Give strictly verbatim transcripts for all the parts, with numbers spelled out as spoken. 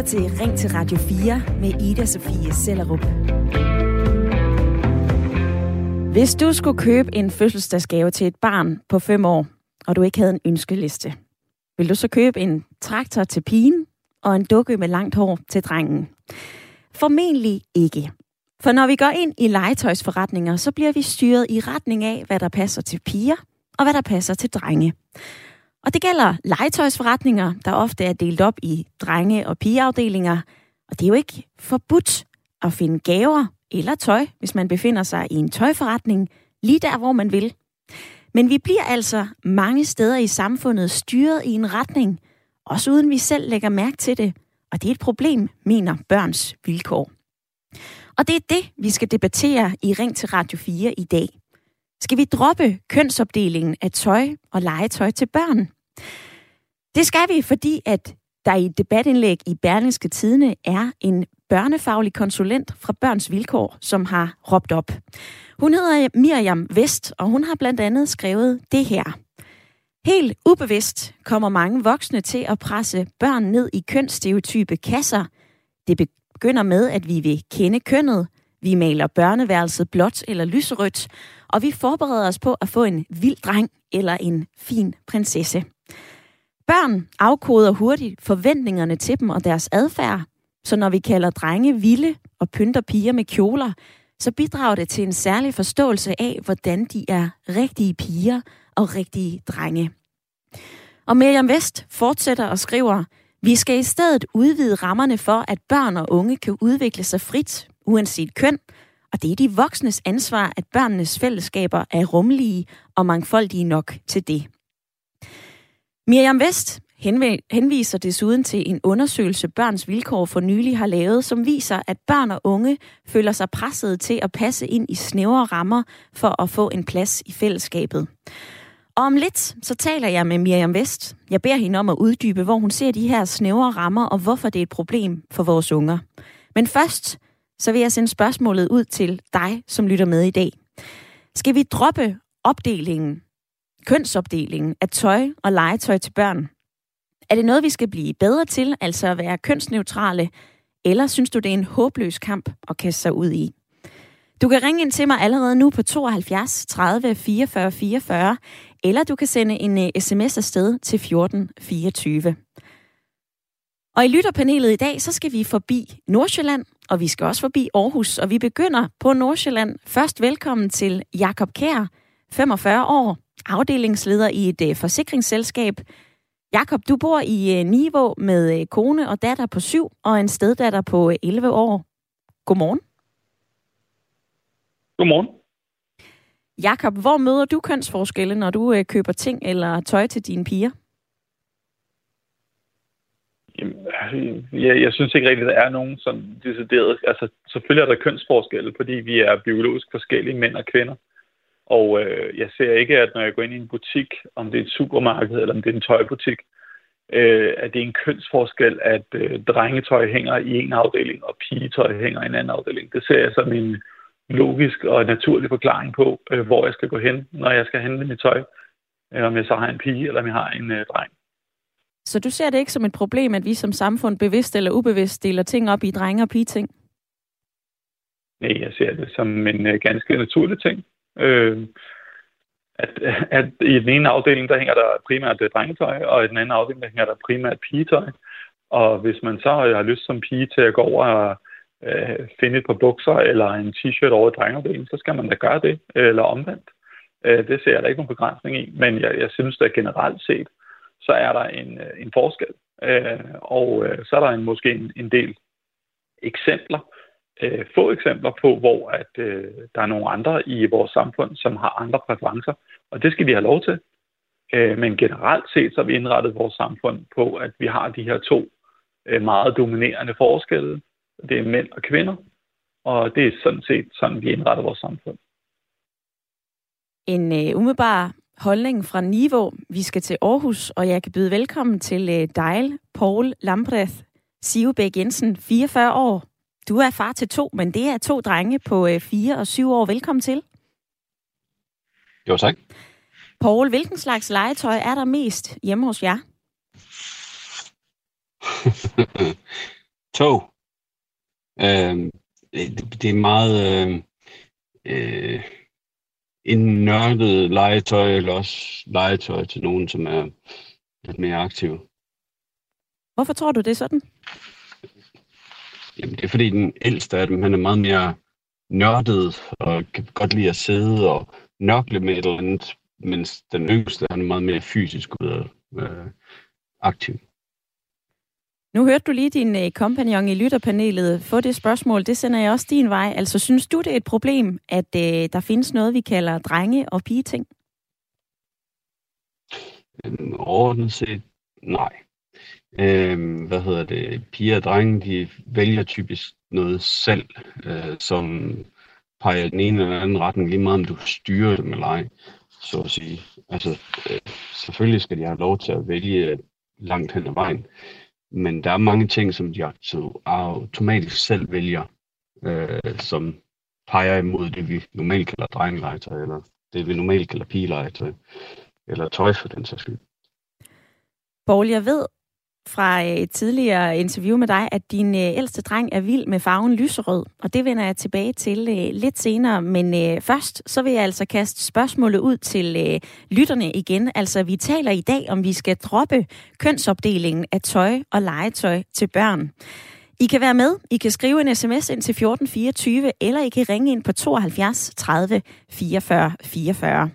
til Ring til Radio fire med Ida Sofie Sellerup. Hvis du skulle købe en fødselsdagsgave til et barn på fem år, og du ikke havde en ønskeliste, vil du så købe en traktor til pigen og en dukke med langt hår til drengen? Formentlig ikke. For når vi går ind i legetøjsforretninger, så bliver vi styret i retning af, hvad der passer til piger og hvad der passer til drenge. Og det gælder legetøjsforretninger, der ofte er delt op i drenge- og pigeafdelinger. Og det er jo ikke forbudt at finde gaver eller tøj, hvis man befinder sig i en tøjforretning, lige der, hvor man vil. Men vi bliver altså mange steder i samfundet styret i en retning, også uden vi selv lægger mærke til det. Og det er et problem, mener Børns Vilkår. Og det er det, vi skal debattere i Ring til Radio fire i dag. Skal vi droppe kønsopdelingen af tøj og legetøj til børn? Det skal vi, fordi at der i et debatindlæg i Berlingske Tidende er en børnefaglig konsulent fra Børns Vilkår, som har råbt op. Hun hedder Miriam Vest, og hun har blandt andet skrevet det her. Helt ubevidst kommer mange voksne til at presse børn ned i kønsstereotype kasser. Det begynder med, at vi vil kende kønnet. Vi maler børneværelset blåt eller lyserødt, og vi forbereder os på at få en vild dreng eller en fin prinsesse. Børn afkoder hurtigt forventningerne til dem og deres adfærd, så når vi kalder drenge vilde og pynter piger med kjoler, så bidrager det til en særlig forståelse af, hvordan de er rigtige piger og rigtige drenge. Og Miriam Vest fortsætter og skriver, vi skal i stedet udvide rammerne for, at børn og unge kan udvikle sig frit, uanset køn, og det er de voksnes ansvar, at børnenes fællesskaber er rummelige og mangfoldige nok til det. Miriam Vest henviser desuden til en undersøgelse, Børns Vilkår for nylig har lavet, som viser, at børn og unge føler sig presset til at passe ind i snævre rammer for at få en plads i fællesskabet. Og om lidt, så taler jeg med Miriam Vest. Jeg beder hende om at uddybe, hvor hun ser de her snævre rammer, og hvorfor det er et problem for vores unger. Men først, så vil jeg sende spørgsmålet ud til dig, som lytter med i dag. Skal vi droppe opdelingen, kønsopdelingen af tøj og legetøj til børn? Er det noget, vi skal blive bedre til, altså at være kønsneutrale, eller synes du, det er en håbløs kamp at kaste sig ud i? Du kan ringe ind til mig allerede nu på tooghalvfjerds tredive fireogfyrre fireogfyrre, eller du kan sende en uh, sms afsted til fjorten fireogtyve. Og i lytterpanelet i dag, så skal vi forbi Nordsjælland, og vi skal også forbi Aarhus, og vi begynder på Nordsjælland. Først velkommen til Jakob Kjær, femogfyrre år, afdelingsleder i et uh, forsikringsselskab. Jakob, du bor i uh, Nivå med uh, kone og datter på syv, og en steddatter på uh, elleve år. Godmorgen. Godmorgen. Jakob, hvor møder du kønsforskelle, når du øh, køber ting eller tøj til dine piger? Jamen, jeg, jeg synes ikke rigtigt, at der er nogen sådan decideret. Altså, selvfølgelig er der kønsforskelle, fordi vi er biologisk forskellige, mænd og kvinder. Og øh, jeg ser ikke, at når jeg går ind i en butik, om det er et supermarked eller om det er en tøjbutik, øh, at det er en kønsforskel, at øh, drengetøj hænger i en afdeling, og pigetøj hænger i en anden afdeling. Det ser jeg som en logisk og naturlig forklaring på, øh, hvor jeg skal gå hen, når jeg skal handle mit tøj. Øh, om jeg så har en pige, eller om jeg har en øh, dreng. Så du ser det ikke som et problem, at vi som samfund bevidst eller ubevidst deler ting op i drenge- og pigeting? Nej, jeg ser det som en øh, ganske naturlig ting. Øh, at, at i den ene afdeling, der hænger der primært drengetøj, og i den anden afdeling, der hænger der primært pigetøj. Og hvis man så har lyst som pige til at gå over og øh, finde et par bukser eller en t-shirt over i drengeafdelingen, så skal man da gøre det, eller omvendt. Øh, det ser jeg da ikke nogen begrænsning i, men jeg, jeg synes da generelt set, så er der en, en forskel. Øh, og øh, så er der en, måske en, en del eksempler, øh, få eksempler på, hvor at, øh, der er nogle andre i vores samfund, som har andre præferencer, og det skal vi have lov til. Øh, men generelt set, så har vi indrettet vores samfund på, at vi har de her to øh, meget dominerende forskelle. Det er mænd og kvinder, og det er sådan set sådan, vi indretter vores samfund. En øh, umiddelbar holdning fra Nivå. Vi skal til Aarhus, og jeg kan byde velkommen til øh, dig, Poul Lambreth Sivebæk Jensen, fireogfyrre år. Du er far til to, men det er to drenge på øh, fire og syv år. Velkommen til. Jo, tak. Poul, hvilken slags legetøj er der mest hjemme hos jer? Tog. Øh, det, det er meget øh, øh, en nørdet legetøj, eller også legetøj til nogen, som er lidt mere aktive. Hvorfor tror du, det er sådan? Jamen, det er fordi den ældste af dem, han er meget mere nørdet, og kan godt lide at sidde og nørkle med et eller andet, mens den yngste, han er meget mere fysisk og øh, aktiv. Nu hørte du lige din øh, kompagnon i lytterpanelet få det spørgsmål. Det sender jeg også din vej. Altså, synes du, det er et problem, at øh, der findes noget, vi kalder drenge- og pigeting? Øhm, overordnet set, nej. Øhm, hvad hedder det? Piger og drenge, de vælger typisk noget selv, øh, som peger den ene eller anden retning, lige meget om du styrer dem eller ej, så at sige. Altså, øh, selvfølgelig skal de have lov til at vælge langt hen ad vejen, men der er mange ting, som de automatisk selv vælger, øh, som peger imod det, vi normalt kalder drengelegetøj, eller det, vi normalt kalder pigelegetøj, eller tøj for den sags skyld. Poul, jeg ved fra et tidligere interview med dig, at din øh, ældste dreng er vild med farven lyserød, og det vender jeg tilbage til øh, lidt senere. Men øh, først, så vil jeg altså kaste spørgsmålet ud til øh, lytterne igen. Altså, vi taler i dag, om vi skal droppe kønsopdelingen af tøj og legetøj til børn. I kan være med. I kan skrive en sms ind til fjorten fireogtyve, eller I kan ringe ind på tooghalvfjerds tredive fireogfyrre fireogfyrre.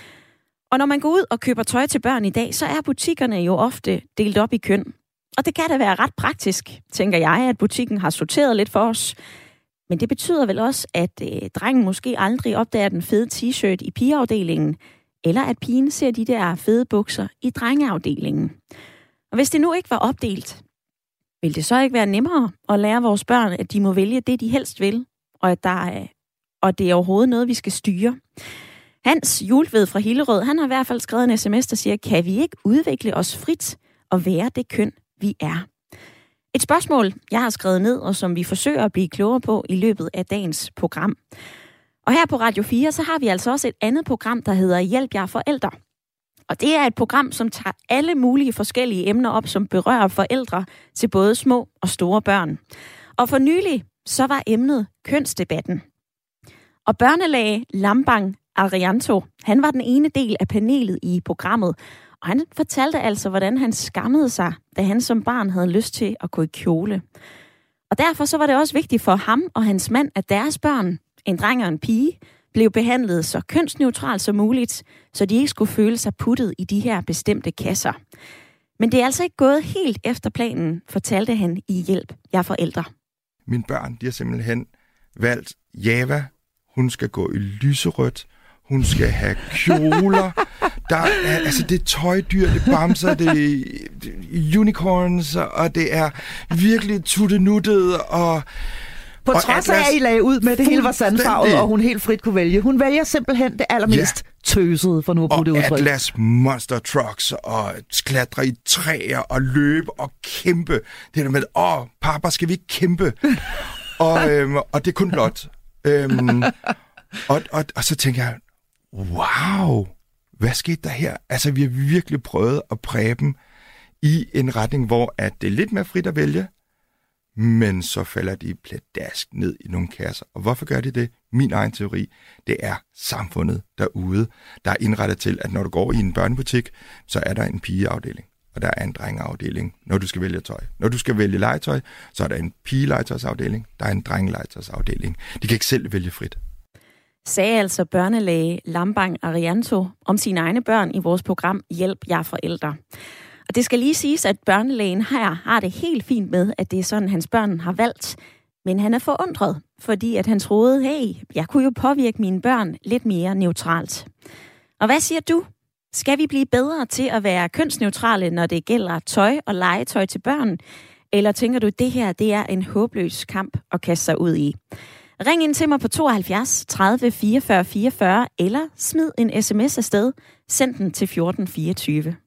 Og når man går ud og køber tøj til børn i dag, så er butikkerne jo ofte delt op i køn. Og det kan da være ret praktisk, tænker jeg, at butikken har sorteret lidt for os. Men det betyder vel også, at øh, drengen måske aldrig opdager den fede t-shirt i pigeafdelingen, eller at pigen ser de der fede bukser i drengeafdelingen. Og hvis det nu ikke var opdelt, vil det så ikke være nemmere at lære vores børn, at de må vælge det, de helst vil, og at der er, og det er overhovedet noget, vi skal styre? Hans Julved fra Hillerød, han har i hvert fald skrevet en sms, der siger, kan vi ikke udvikle os frit og være det køn, vi er? Et spørgsmål, jeg har skrevet ned, og som vi forsøger at blive klogere på i løbet af dagens program. Og her på Radio fire, så har vi altså også et andet program, der hedder Hjælp jer forældre. Og det er et program, som tager alle mulige forskellige emner op, som berører forældre til både små og store børn. Og for nylig, så var emnet kønsdebatten. Og børnelæge Lambang Arianto, han var den ene del af panelet i programmet, og han fortalte altså, hvordan han skammede sig, da han som barn havde lyst til at gå i kjole. Og derfor så var det også vigtigt for ham og hans mand, at deres børn, en dreng og en pige, blev behandlet så kønsneutralt som muligt, så de ikke skulle føle sig puttet i de her bestemte kasser. Men det er altså ikke gået helt efter planen, fortalte han i Hjælp jer forældre. Mine børn, de har simpelthen valgt Java. Hun skal gå i lyserødt. Hun skal have kjoler. Der er, altså, det er tøjdyr, det er bamser, det er unicorns, og det er virkelig tuttenuttet, og På og trods af, Atlas, at I lagde ud med, at det hele var sandfarvet, og hun helt frit kunne vælge. Hun vælger simpelthen det allermest ja. tøsede, for nu at bruge det udtryk. Og Atlas monster trucks, og klatre i træer, og løbe, og kæmpe. Det der med, åh, papa, skal vi ikke kæmpe? og, øhm, og det er kun blot. Øhm, og, og, og så tænker jeg, wow, hvad skete der her? Altså, vi har virkelig prøvet at præge dem i en retning, hvor at det er lidt mere frit at vælge, men så falder de pladask ned i nogle kasser. Og hvorfor gør de det? Min egen teori, det er samfundet derude, der er indrettet til, at når du går i en børnebutik, så er der en pigeafdeling, og der er en drengeafdeling, når du skal vælge tøj. Når du skal vælge legetøj, så er der en pigelegetøjsafdeling, der er en drengelegetøjsafdeling. De kan ikke selv vælge frit. Sagde altså børnelæge Lambang Arianto om sine egne børn i vores program Hjælp jer forældre. Og det skal lige siges, at børnelægen her har det helt fint med, at det er sådan, hans børn har valgt. Men han er forundret, fordi at han troede, hey, jeg kunne jo påvirke mine børn lidt mere neutralt. Og hvad siger du? Skal vi blive bedre til at være kønsneutrale, når det gælder tøj og legetøj til børn? Eller tænker du, at det her det er en håbløs kamp at kaste sig ud i? Ring ind til mig på tooghalvfjerds tredive fireogfyrre fireogfyrre, eller smid en sms afsted. Send den til fjorten fireogtyve.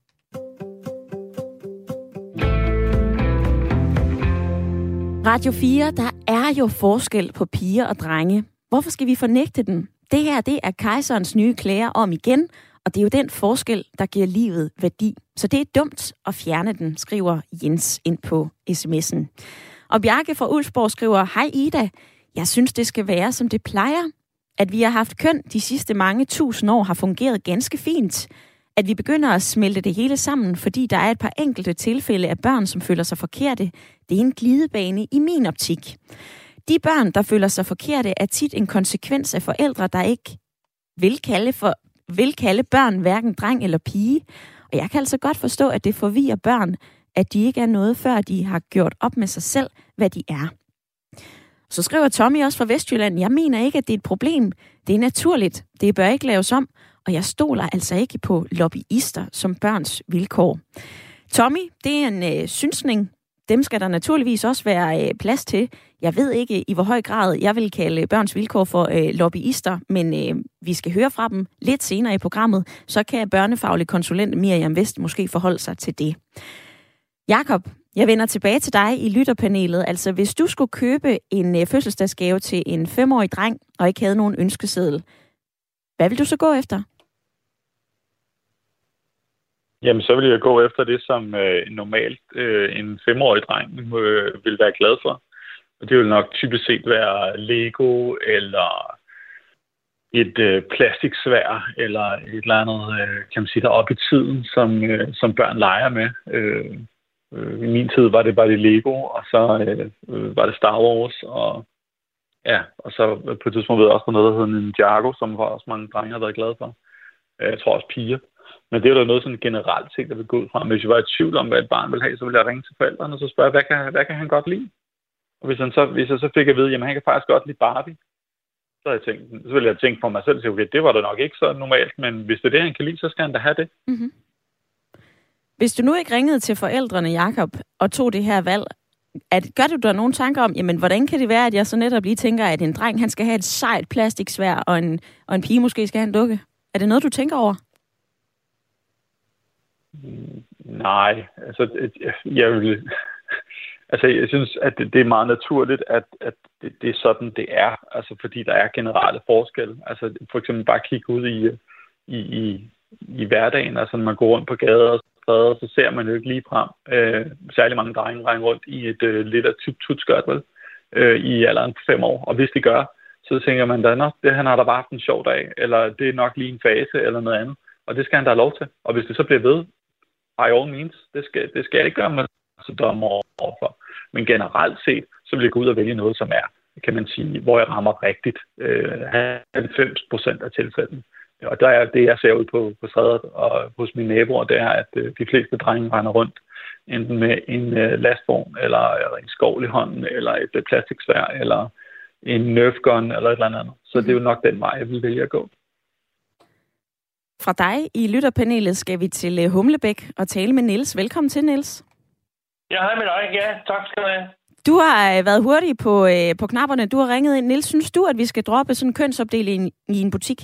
Radio fire, der er jo forskel på piger og drenge. Hvorfor skal vi fornægte den? Det her, det er kejserens nye klæder om igen, og det er jo den forskel, der giver livet værdi. Så det er dumt at fjerne den, skriver Jens ind på sms'en. Og Bjarke fra Ulfborg skriver, hej Ida, jeg synes, det skal være, som det plejer. At vi har haft køn de sidste mange tusind år har fungeret ganske fint. At vi begynder at smelte det hele sammen, fordi der er et par enkelte tilfælde af børn, som føler sig forkerte, det er en glidebane i min optik. De børn, der føler sig forkerte, er tit en konsekvens af forældre, der ikke vil kalde, for, vil kalde børn hverken dreng eller pige. Og jeg kan altså godt forstå, at det forvirrer børn, at de ikke er noget, før de har gjort op med sig selv, hvad de er. Så skriver Tommy også fra Vestjylland, jeg mener ikke, at det er et problem. Det er naturligt. Det bør ikke laves om. Og jeg stoler altså ikke på lobbyister som børns vilkår. Tommy, det er en øh, synsning. Dem skal der naturligvis også være øh, plads til. Jeg ved ikke, i hvor høj grad jeg vil kalde børns vilkår for øh, lobbyister, men øh, vi skal høre fra dem lidt senere i programmet. Så kan børnefaglig konsulent Miriam Vest måske forholde sig til det. Jakob, jeg vender tilbage til dig i lytterpanelet. Altså, hvis du skulle købe en øh, fødselsdagsgave til en femårig dreng, og ikke havde nogen ønskeseddel, hvad vil du så gå efter? Jamen, så vil jeg gå efter det, som øh, normalt øh, en femårig dreng øh, vil være glad for. Og det vil nok typisk set være Lego, eller et øh, plastiksværd, eller et eller andet, øh, kan man sige, der op i tiden, som, øh, som børn leger med. Øh, øh, I min tid var det bare det Lego, og så øh, var det Star Wars, og ja, og så på et tidspunkt ved jeg også noget, der hedder Ninjago, som var også mange drenge har været glade for. Jeg tror også piger. Men det er jo noget sådan generelt ting, der vil gå ud fra. Men hvis jeg var i tvivl om, hvad et barn vil have, så ville jeg ringe til forældrene og så spørge, hvad kan, hvad kan han godt lide? Og hvis, han så, hvis jeg så fik at vide, at han kan faktisk godt lide Barbie, så, jeg tænkt, så ville jeg tænke for mig selv, at okay, det var da nok ikke så normalt, men hvis det er det, han kan lide, så skal han da have det. Mm-hmm. Hvis du nu ikke ringede til forældrene, Jakob, og tog det her valg, at, gør du der nogle tanker om, jamen, hvordan kan det være, at jeg så netop lige tænker, at en dreng, han skal have et sejt plastiksværd, og en, og en pige måske skal have en dukke? Er det noget, du tænker over? Nej, altså jeg vil, altså jeg synes, at det, det er meget naturligt, at, at det, det er sådan, det er, altså fordi der er generelle forskelle. Altså for eksempel bare kigge ud i, i, i, i hverdagen, altså når man går rundt på gader og stræder, så ser man jo ikke lige frem øh, særlig mange drenge rende rundt i et øh, lidt af typ tutskørt, vel, øh, i alderen på fem år. Og hvis de gør, så tænker man da, nå, det han har da bare haft en sjov dag, eller det er nok lige en fase, eller noget andet. Og det skal han da have lov til. Og hvis det så bliver ved, by all means, det skal, det skal jeg ikke gøre mig så dommer overfor. Men generelt set, så vil jeg gå ud og vælge noget, som er, kan man sige, hvor jeg rammer rigtigt. Øh, halvfems procent af tilfældene. Og der er det, jeg ser ud på, på strædet og hos mine naboer, det er, at øh, de fleste drenge render rundt, enten med en øh, lastvogn, eller øh, en skovl i hånden, eller et øh, plastiksværd, eller en Nerf gun, eller et eller andet. Så det er jo nok den vej, jeg vil vælge at gå. Fra dig i lytterpanelet skal vi til Humlebæk og tale med Niels. Velkommen til, Niels. Ja, hej med dig. Ja, tak skal du have. Du har været hurtig på, øh, på knapperne. Du har ringet ind. Niels, synes du, at vi skal droppe sådan en kønsopdeling i en butik?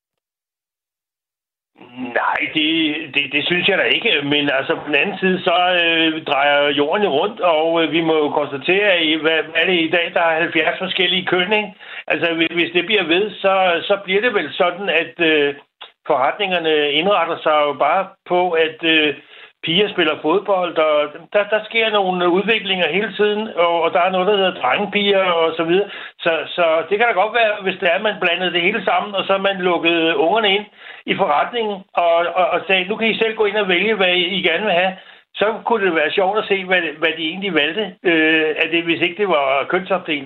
Nej, det, det, det synes jeg da ikke. Men altså på den anden side, så øh, drejer jorden rundt, og øh, vi må jo konstatere, at hvad, hvad er det i dag, der er halvfjerds forskellige køn, ikke? Altså hvis det bliver ved, så, så bliver det vel sådan, at øh, forretningerne indretter sig jo bare på, at øh, piger spiller fodbold, og der, der sker nogle udviklinger hele tiden, og, og der er noget, der hedder drengepiger og så videre. Så, så det kan da godt være, hvis det er, at man blandede det hele sammen, og så man lukkede ungerne ind i forretningen, og, og, og sagde, nu kan I selv gå ind og vælge, hvad I gerne vil have. Så kunne det være sjovt at se, hvad, hvad de egentlig valgte, øh, at det, hvis ikke det var kønsopdelt.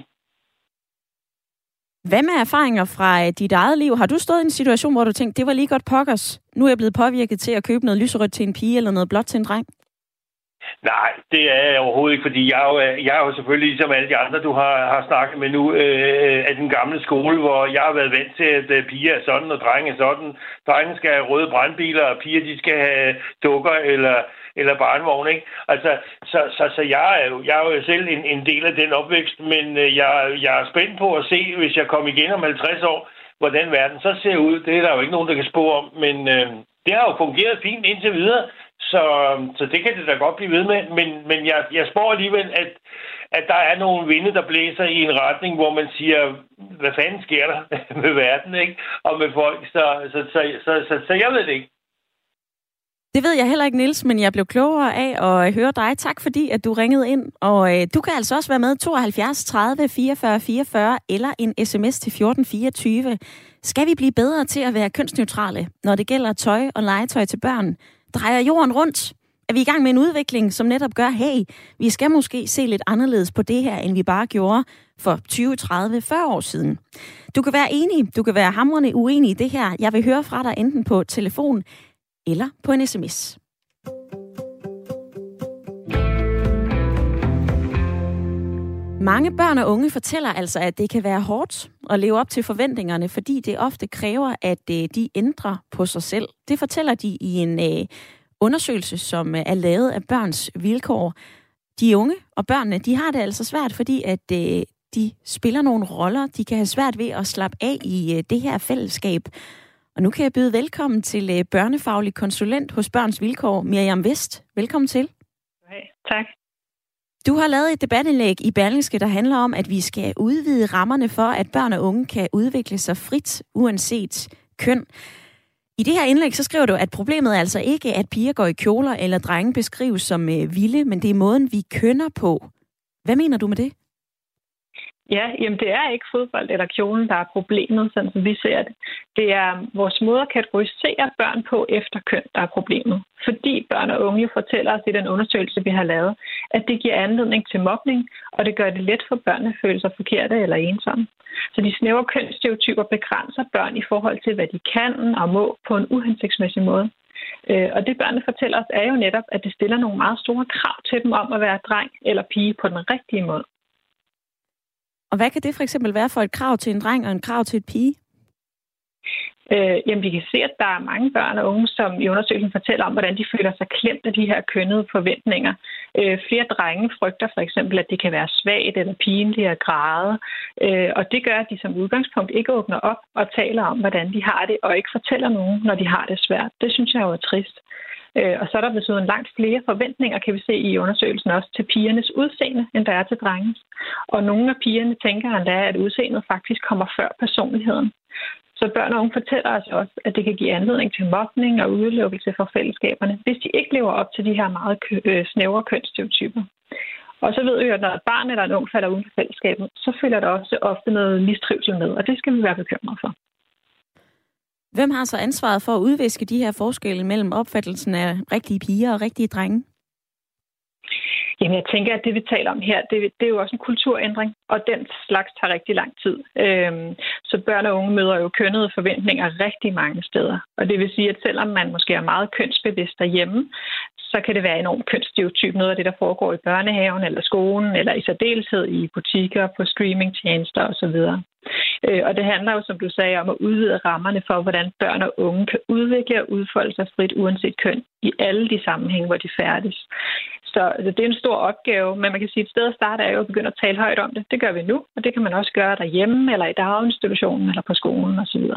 Hvad med erfaringer fra dit eget liv? Har du stået i en situation, hvor du tænkte, det var lige godt pokkers, nu er jeg blevet påvirket til at købe noget lyserødt til en pige, eller noget blåt til en dreng? Nej, det er jeg overhovedet ikke, fordi jeg er jo, jeg er jo selvfølgelig ligesom alle de andre, du har, har snakket med nu, øh, af den gamle skole, hvor jeg har været vant til, at øh, piger er sådan, og drenge er sådan. Drenge skal have røde brandbiler, og piger de skal have dukker eller, eller barnevogn, ikke? Altså, så, så, så jeg, er jo, jeg er jo selv en, en del af den opvækst, men øh, jeg, jeg er spændt på at se, hvis jeg kommer igen om halvtreds år, hvordan verden så ser ud. Det er der jo ikke nogen, der kan spå om, men øh, det har jo fungeret fint indtil videre. Så, så det kan det da godt blive ved med, men, men jeg, jeg spår alligevel, at, at der er nogle vinde, der blæser i en retning, hvor man siger, hvad fanden sker der med verden, ikke? Og med folk, så, så, så, så, så, så jeg ved det ikke. Det ved jeg heller ikke, Niels, men jeg blev klogere af at høre dig. Tak fordi, at du ringede ind. Og øh, du kan altså også være med tooghalvfjerds tredive fireogfyrre fireogfyrre eller en sms til fjorten fireogtyve. Skal vi blive bedre til at være kønsneutrale, når det gælder tøj og legetøj til børn? Drejer jorden rundt? Er vi i gang med en udvikling, som netop gør, hey, vi skal måske se lidt anderledes på det her, end vi bare gjorde for tyve, tredive, fyrre år siden? Du kan være enig, du kan være hamrende uenig i det her. Jeg vil høre fra dig enten på telefon eller på en sms. Mange børn og unge fortæller altså, at det kan være hårdt at leve op til forventningerne, fordi det ofte kræver, at de ændrer på sig selv. Det fortæller de i en øh, undersøgelse, som er lavet af Børns Vilkår. De unge og børnene, de har det altså svært, fordi at øh, de spiller nogle roller. De kan have svært ved at slappe af i øh, det her fællesskab. Og nu kan jeg byde velkommen til øh, børnefaglig konsulent hos Børns Vilkår, Miriam Vest. Velkommen til. Okay, tak. Du har lavet et debatindlæg i Berlingske, der handler om, at vi skal udvide rammerne for, at børn og unge kan udvikle sig frit, uanset køn. I det her indlæg, så skriver du, at problemet er altså ikke, at piger går i kjoler eller drenge beskrives som øh, vilde, men det er måden, vi kønner på. Hvad mener du med det? Ja, jamen det er ikke fodbold eller kjolen, der er problemet, sådan som vi ser det. Det er vores måde at kategorisere børn på efter køn, der er problemet. Fordi børn og unge fortæller os i den undersøgelse, vi har lavet, at det giver anledning til mobning, og det gør det let for børn at føle sig forkerte eller ensomme. Så de snævre kønsstereotyper begrænser børn i forhold til, hvad de kan og må på en uhensigtsmæssig måde. Og det børnene fortæller os er jo netop, at det stiller nogle meget store krav til dem om at være dreng eller pige på den rigtige måde. Og hvad kan det for eksempel være for et krav til en dreng og en krav til et pige? Øh, jamen, vi kan se, at der er mange børn og unge, som i undersøgelsen fortæller om, hvordan de føler sig klemt af de her kønnede forventninger. Øh, flere drenge frygter for eksempel, at det kan være svagt eller pinligt at græde. Øh, og det gør, at de som udgangspunkt ikke åbner op og taler om, hvordan de har det, og ikke fortæller nogen, når de har det svært. Det synes jeg jo er trist. Øh, og så er der desuden langt flere forventninger, kan vi se i undersøgelsen også, til pigernes udseende, end der er til drengens. Og nogle af pigerne tænker endda, at udseendet faktisk kommer før personligheden. Så børn og unge fortæller os også, at det kan give anledning til mobning og udelukkelse fra fællesskaberne, hvis de ikke lever op til de her meget kø- snævre kønsstereotyper. Og så ved vi jo, at når et barn eller en ung falder uden for fællesskabet, så følger der også ofte noget mistrivsel med, og det skal vi være bekymrede for. Hvem har så ansvaret for at udviske de her forskelle mellem opfattelsen af rigtige piger og rigtige drenge? Jamen, jeg tænker, at det, vi taler om her, det, det er jo også en kulturændring, og den slags tager rigtig lang tid. Øhm, så børn og unge møder jo kønnede forventninger rigtig mange steder. Og det vil sige, at selvom man måske er meget kønsbevidst derhjemme, så kan det være enormt kønsstereotyp, noget af det, der foregår i børnehaven eller skolen, eller i særdeleshed i butikker, på streamingtjenester osv. Og det handler jo, som du sagde, om at udvide rammerne for, hvordan børn og unge kan udvikle og udfolde sig frit uanset køn i alle de sammenhænge, hvor de færdes. Så det er en stor opgave, men man kan sige, at et sted at starte er jo at begynde at tale højt om det. Det gør vi nu, og det kan man også gøre derhjemme, eller i daginstitutionen, eller på skolen osv.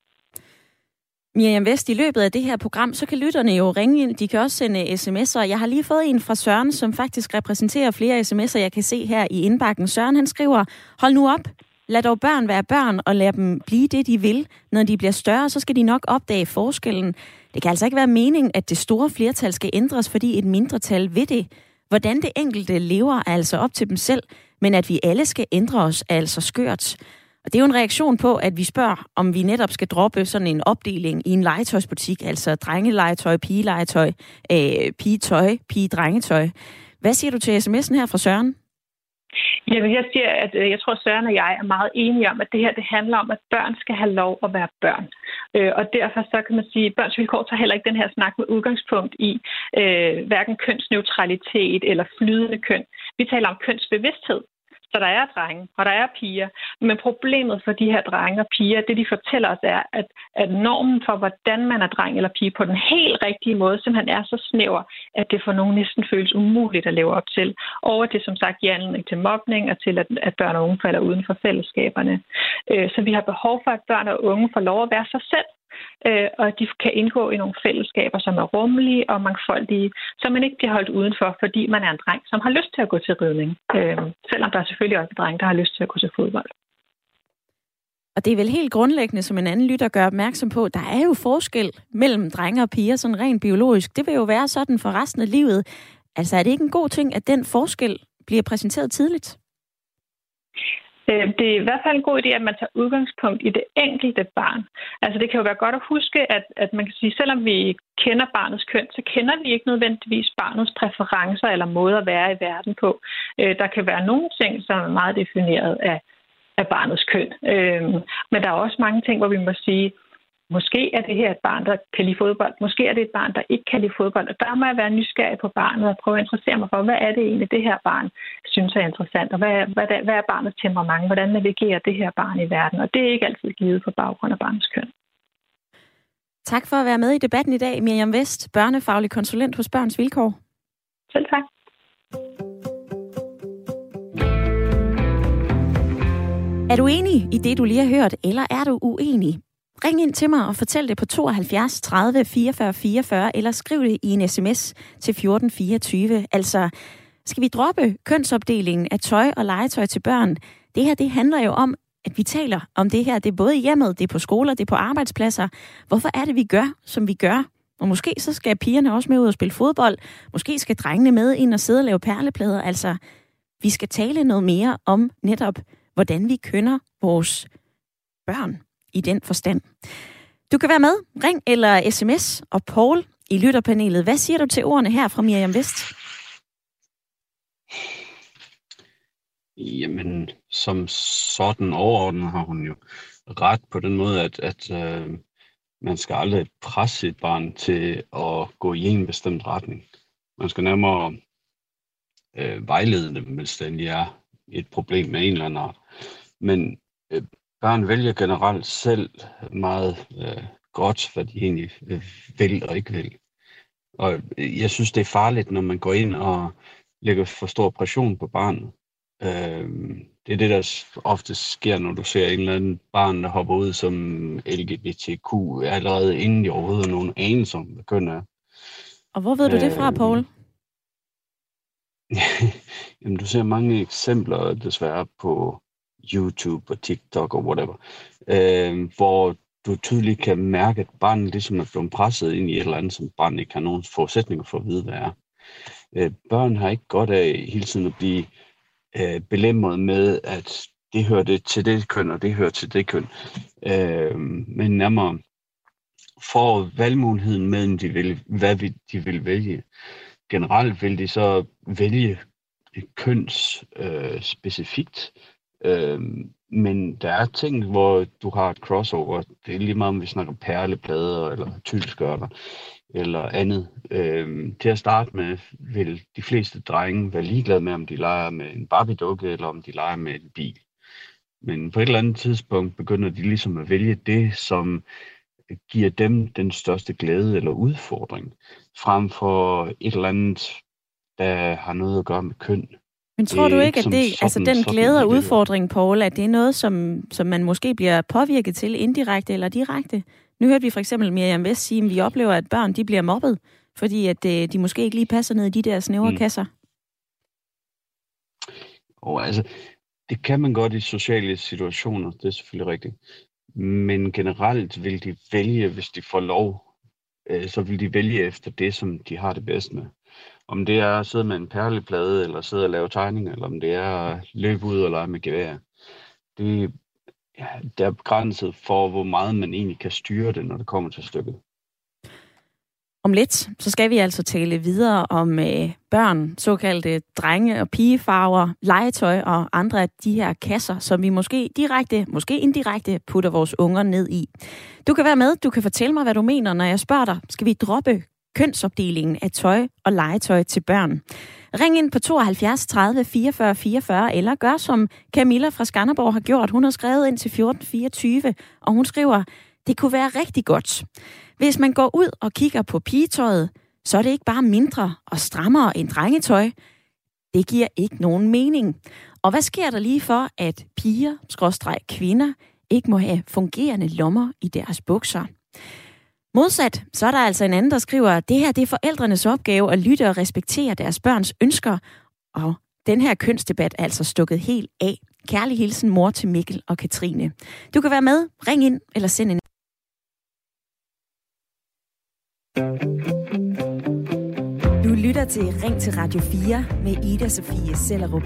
Miriam Vest, i løbet af det her program, så kan lytterne jo ringe ind. De kan også sende sms'er. Jeg har lige fået en fra Søren, som faktisk repræsenterer flere sms'er, jeg kan se her i indbakken. Søren, han skriver, hold nu op. Lad dog børn være børn, og lad dem blive det, de vil. Når de bliver større, så skal de nok opdage forskellen. Det kan altså ikke være meningen, at det store flertal skal ændres, fordi et mindretal vil det. Hvordan det enkelte lever er altså op til dem selv, men at vi alle skal ændre os er altså skørt. Og det er jo en reaktion på, at vi spørger, om vi netop skal droppe sådan en opdeling i en legetøjsbutik, altså drengelegetøj, pigelegetøj, øh, pigetøj, pigedrengetøj. Hvad siger du til sms'en her fra Søren? Jamen, jeg siger, at jeg tror, at Søren og jeg er meget enige om, at det her det handler om, at børn skal have lov at være børn. Og derfor så kan man sige, at Børns Vilkår tager heller ikke den her snak med udgangspunkt i øh, hverken kønsneutralitet eller flydende køn. Vi taler om kønsbevidsthed. Så der er drenge, og der er piger. Men problemet for de her drenge og piger, det de fortæller os er, at, at normen for, hvordan man er dreng eller pige på den helt rigtige måde, simpelthen er så snæver, at det for nogen næsten føles umuligt at leve op til. Over det, som sagt, giver anledning til mobning og til, at, at børn og unge falder uden for fællesskaberne. Så vi har behov for, at børn og unge får lov at være sig selv, og at de kan indgå i nogle fællesskaber, som er rummelige og mangfoldige, så man ikke bliver holdt udenfor, fordi man er en dreng, som har lyst til at gå til ridning. Øh, selvom der er selvfølgelig også drenge, der har lyst til at gå til fodbold. Og det er vel helt grundlæggende, som en anden lytter gør opmærksom på, der er jo forskel mellem drenge og piger, sådan rent biologisk. Det vil jo være sådan for resten af livet. Altså er det ikke en god ting, at den forskel bliver præsenteret tidligt? Det er i hvert fald en god idé, at man tager udgangspunkt i det enkelte barn. Altså det kan jo være godt at huske, at, at man kan sige, selvom vi kender barnets køn, så kender vi ikke nødvendigvis barnets præferencer eller måde at være i verden på. Der kan være nogle ting, som er meget defineret af, af barnets køn. Men der er også mange ting, hvor vi må sige, måske er det her et barn, der kan lide fodbold. Måske er det et barn, der ikke kan lide fodbold. Og der må jeg være nysgerrig på barnet og prøve at interessere mig for, hvad er det egentlig, det her barn synes er interessant? Og hvad er, hvad er, hvad er barnets temperament? Hvordan navigerer det her barn i verden? Og det er ikke altid givet på baggrund af barnets køn. Tak for at være med i debatten i dag, Miriam West, børnefaglig konsulent hos Børns Vilkår. Selv tak. Er du enig i det, du lige har hørt, eller er du uenig? Ring ind til mig og fortæl det på tooghalvfjerds tredive fireogfyrre fireogfyrre, eller skriv det i en sms til fjorten fireogtyve. Altså, skal vi droppe kønsopdelingen af tøj og legetøj til børn? Det her, det handler jo om, at vi taler om det her. Det er både i hjemmet, det er på skoler, det er på arbejdspladser. Hvorfor er det, vi gør, som vi gør? Og måske så skal pigerne også med ud og spille fodbold. Måske skal drengene med ind og sidde og lave perleplader. Altså, vi skal tale noget mere om netop, hvordan vi kønner vores børn i den forstand. Du kan være med. Ring eller sms. Og Paul i lytterpanelet. Hvad siger du til ordene her fra Miriam West? Jamen, som sådan overordnet har hun jo ret på den måde, at, at øh, man skal aldrig presse sit barn til at gå i en bestemt retning. Man skal nærmere øh, vejlede dem, hvis det er et problem med en eller anden art. Men øh, børn vælger generelt selv meget øh, godt, hvad de egentlig øh, vil og ikke vil. Og jeg synes, det er farligt, når man går ind og lægger for stor pression på barnet. Øh, det er det, der ofte sker, når du ser en eller anden barn, der hopper ud som L G B T Q, allerede inden de overhovedet er nogen anelse om, hvad køn er. Og hvor ved du det fra, Paul? Jamen, du ser mange eksempler, desværre, på YouTube og TikTok og whatever, øh, hvor du tydeligt kan mærke, at barnet ligesom er blevet presset ind i et eller andet, som barnet ikke har nogen forudsætninger for at vide, hvad er. Øh, børn har ikke godt af hele tiden at blive øh, belemret med, at det hører det til det køn, og det hører til det køn. Øh, men nærmere får valgmuligheden med, de vil, hvad de vil vælge. Generelt vil de så vælge køns øh, specifikt, øh, men der er ting, hvor du har et crossover. Det er lige meget, om vi snakker perleplader eller tylskørter eller andet. Øh, til at starte med vil de fleste drenge være ligeglade med, om de leger med en Barbie-dukke eller om de leger med en bil. Men på et eller andet tidspunkt begynder de ligesom at vælge det, som giver dem den største glæde eller udfordring, frem for et eller andet, der har noget at gøre med køn. Men tror du ikke, at det, sådan, altså den glæde og udfordring, Paul, at det er noget, som, som man måske bliver påvirket til indirekte eller direkte? Nu hørte vi for eksempel Miriam West sige, at vi oplever, at børn de bliver mobbet, fordi at de måske ikke lige passer ned i de der snævre mm. kasser. Og altså, det kan man godt i sociale situationer, det er selvfølgelig rigtigt. Men generelt vil de vælge, hvis de får lov, øh, så vil de vælge efter det, som de har det bedst med. Om det er at sidde med en perleplade, eller sidde og lave tegninger, eller om det er at løbe ud og lege med gevær. Det, ja, det er begrænset for, hvor meget man egentlig kan styre det, når det kommer til stykket. Om lidt, så skal vi altså tale videre om øh, børn, såkaldte drenge- og pigefarver, legetøj og andre af de her kasser, som vi måske direkte, måske indirekte putter vores unger ned i. Du kan være med, du kan fortælle mig, hvad du mener, når jeg spørger dig. Skal vi droppe kønsopdelingen af tøj og legetøj til børn? Ring ind på tooghalvfjerds tredive fireogfyrre fireogfyrre, eller gør som Camilla fra Skanderborg har gjort. Hun har skrevet ind til fjorten fireogtyve, og hun skriver, det kunne være rigtig godt. Hvis man går ud og kigger på pigetøjet, så er det ikke bare mindre og strammere end drengetøj. Det giver ikke nogen mening. Og hvad sker der lige for, at piger, skråstreg kvinder, ikke må have fungerende lommer i deres bukser? Modsat, så er der altså en anden, der skriver, at det her det er forældrenes opgave at lytte og respektere deres børns ønsker. Og den her kønsdebat er altså stukket helt af. Kærlig hilsen, mor til Mikkel og Katrine. Du kan være med. Ring ind eller send en. Du lytter til Ring til Radio fire med Ida Sofie Sellerup.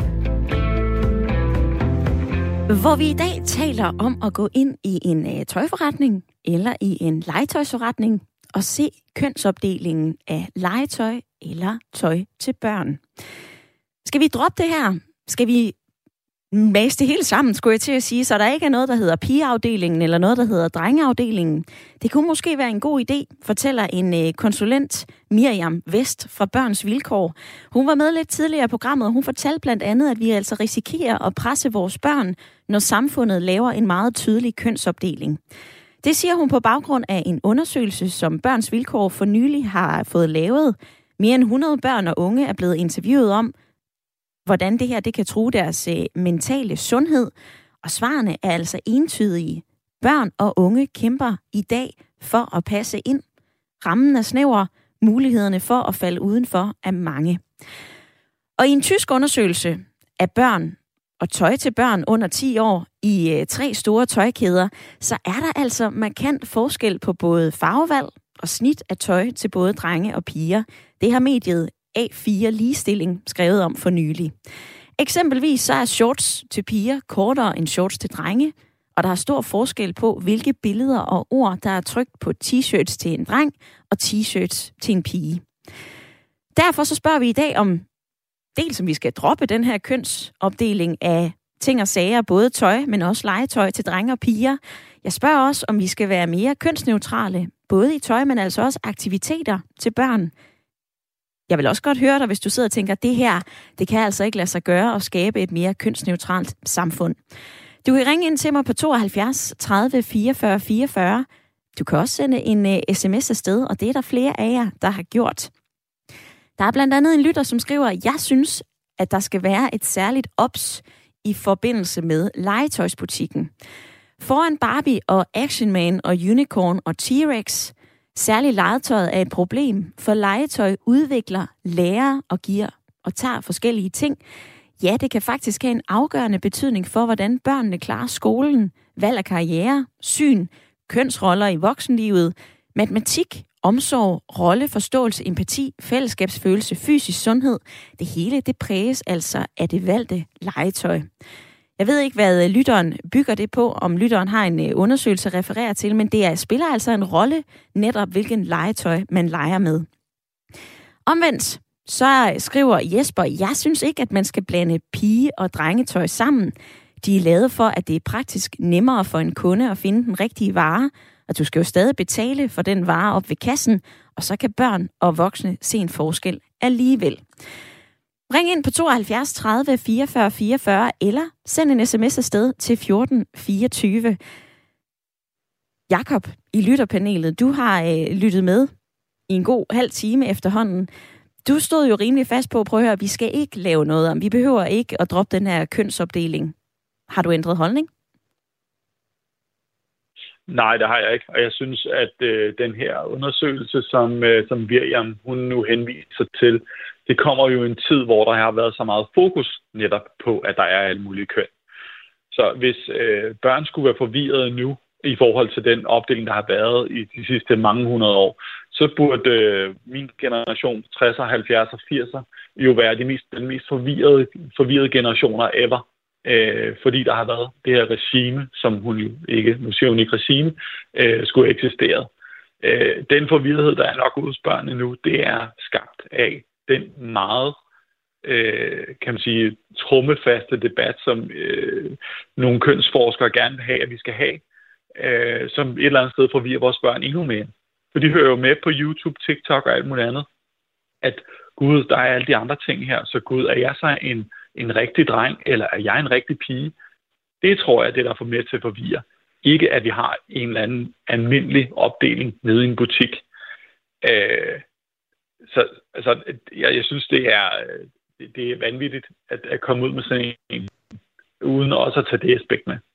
Hvor vi i dag taler om at gå ind i en uh, tøjforretning eller i en legetøjsforretning og se kønsopdelingen af legetøj eller tøj til børn. Skal vi droppe det her? Skal vi mase det hele sammen, skulle jeg til at sige, så der ikke er noget, der hedder pigeafdelingen eller noget, der hedder drengeafdelingen? Det kunne måske være en god idé, fortæller en konsulent, Miriam Vest fra Børns Vilkår. Hun var med lidt tidligere i programmet, og hun fortalte blandt andet, at vi altså risikerer at presse vores børn, når samfundet laver en meget tydelig kønsopdeling. Det siger hun på baggrund af en undersøgelse, som Børns Vilkår for nylig har fået lavet. Mere end hundrede børn og unge er blevet interviewet om, hvordan det her det kan true deres øh, mentale sundhed. Og svarene er altså entydige. Børn og unge kæmper i dag for at passe ind. Rammen er snæver, mulighederne for at falde udenfor er mange. Og i en tysk undersøgelse af børn og tøj til børn under ti år i øh, tre store tøjkæder, så er der altså markant forskel på både farvevalg og snit af tøj til både drenge og piger. Det har mediet A fire Ligestilling skrevet om for nylig. Eksempelvis så er shorts til piger kortere end shorts til drenge, og der er stor forskel på, hvilke billeder og ord, der er trykt på t-shirts til en dreng og t-shirts til en pige. Derfor så spørger vi i dag om, dels om vi skal droppe den her kønsopdeling af ting og sager, både tøj, men også legetøj til drenge og piger. Jeg spørger også, om vi skal være mere kønsneutrale, både i tøj, men altså også aktiviteter til børn. Jeg vil også godt høre dig, hvis du sidder og tænker, at det her, det kan altså ikke lade sig gøre at skabe et mere kønsneutralt samfund. Du kan ringe ind til mig på tooghalvfjerds tredive fireogfyrre fireogfyrre. Du kan også sende en uh, sms afsted, og det er der flere af jer, der har gjort. Der er blandt andet en lytter, som skriver, at jeg synes, at der skal være et særligt ops i forbindelse med legetøjsbutikken. Foran Barbie og Action Man og Unicorn og T-Rex, særligt legetøjet er et problem, for legetøj udvikler, lærer og giver og tager forskellige ting. Ja, det kan faktisk have en afgørende betydning for, hvordan børnene klarer skolen, valg af karriere, syn, kønsroller i voksenlivet, matematik, omsorg, rolleforståelse, empati, fællesskabsfølelse, fysisk sundhed. Det hele, det præges altså af det valgte legetøj. Jeg ved ikke, hvad lytteren bygger det på, om lytteren har en undersøgelse at referere til, men det er, spiller altså en rolle netop, hvilken legetøj man leger med. Omvendt, så skriver Jesper, jeg synes ikke, at man skal blande pige- og drengetøj sammen. De er lavet for, at det er praktisk nemmere for en kunde at finde den rigtige vare, og du skal jo stadig betale for den vare op ved kassen, og så kan børn og voksne se en forskel alligevel. Ring ind på tooghalvfjerds tredive fireogfyrre fireogfyrre, eller send en sms afsted til fjorten fireogtyve. Jakob i lytterpanelet, du har øh, lyttet med i en god halv time efterhånden. Du stod jo rimelig fast på at prøve at høre, at vi skal ikke lave noget om. Vi behøver ikke at droppe den her kønsopdeling. Har du ændret holdning? Nej, det har jeg ikke. Og jeg synes, at øh, den her undersøgelse, som, øh, som Miriam hun nu henviser til, det kommer jo i en tid, hvor der har været så meget fokus netop på, at der er alle mulige køn. Så hvis øh, børn skulle være forvirrede nu i forhold til den opdeling, der har været i de sidste mange hundrede år, så burde øh, min generation, tresser, halvfjerdser og firser, jo være de mest, den mest forvirrede, forvirrede generationer ever. Øh, fordi der har været det her regime, som hun jo ikke, nu siger hun ikke regime, øh, skulle eksistere. Øh, den forvirrethed, der er nok hos børnene nu, det er skabt af den meget, øh, kan man sige, trommefaste debat, som øh, nogle kønsforskere gerne vil have, at vi skal have, øh, som et eller andet sted forvirrer vores børn endnu mere. For de hører jo med på YouTube, TikTok og alt muligt andet, at gud, der er alle de andre ting her, så gud, er jeg så en en rigtig dreng, eller er jeg en rigtig pige? Det tror jeg, det der får med til at forvirre. Ikke at vi har en eller anden almindelig opdeling nede i en butik. Øh, så altså, jeg, jeg synes, det er, det er vanvittigt at, at komme ud med sådan en, uden også at tage det aspekt med.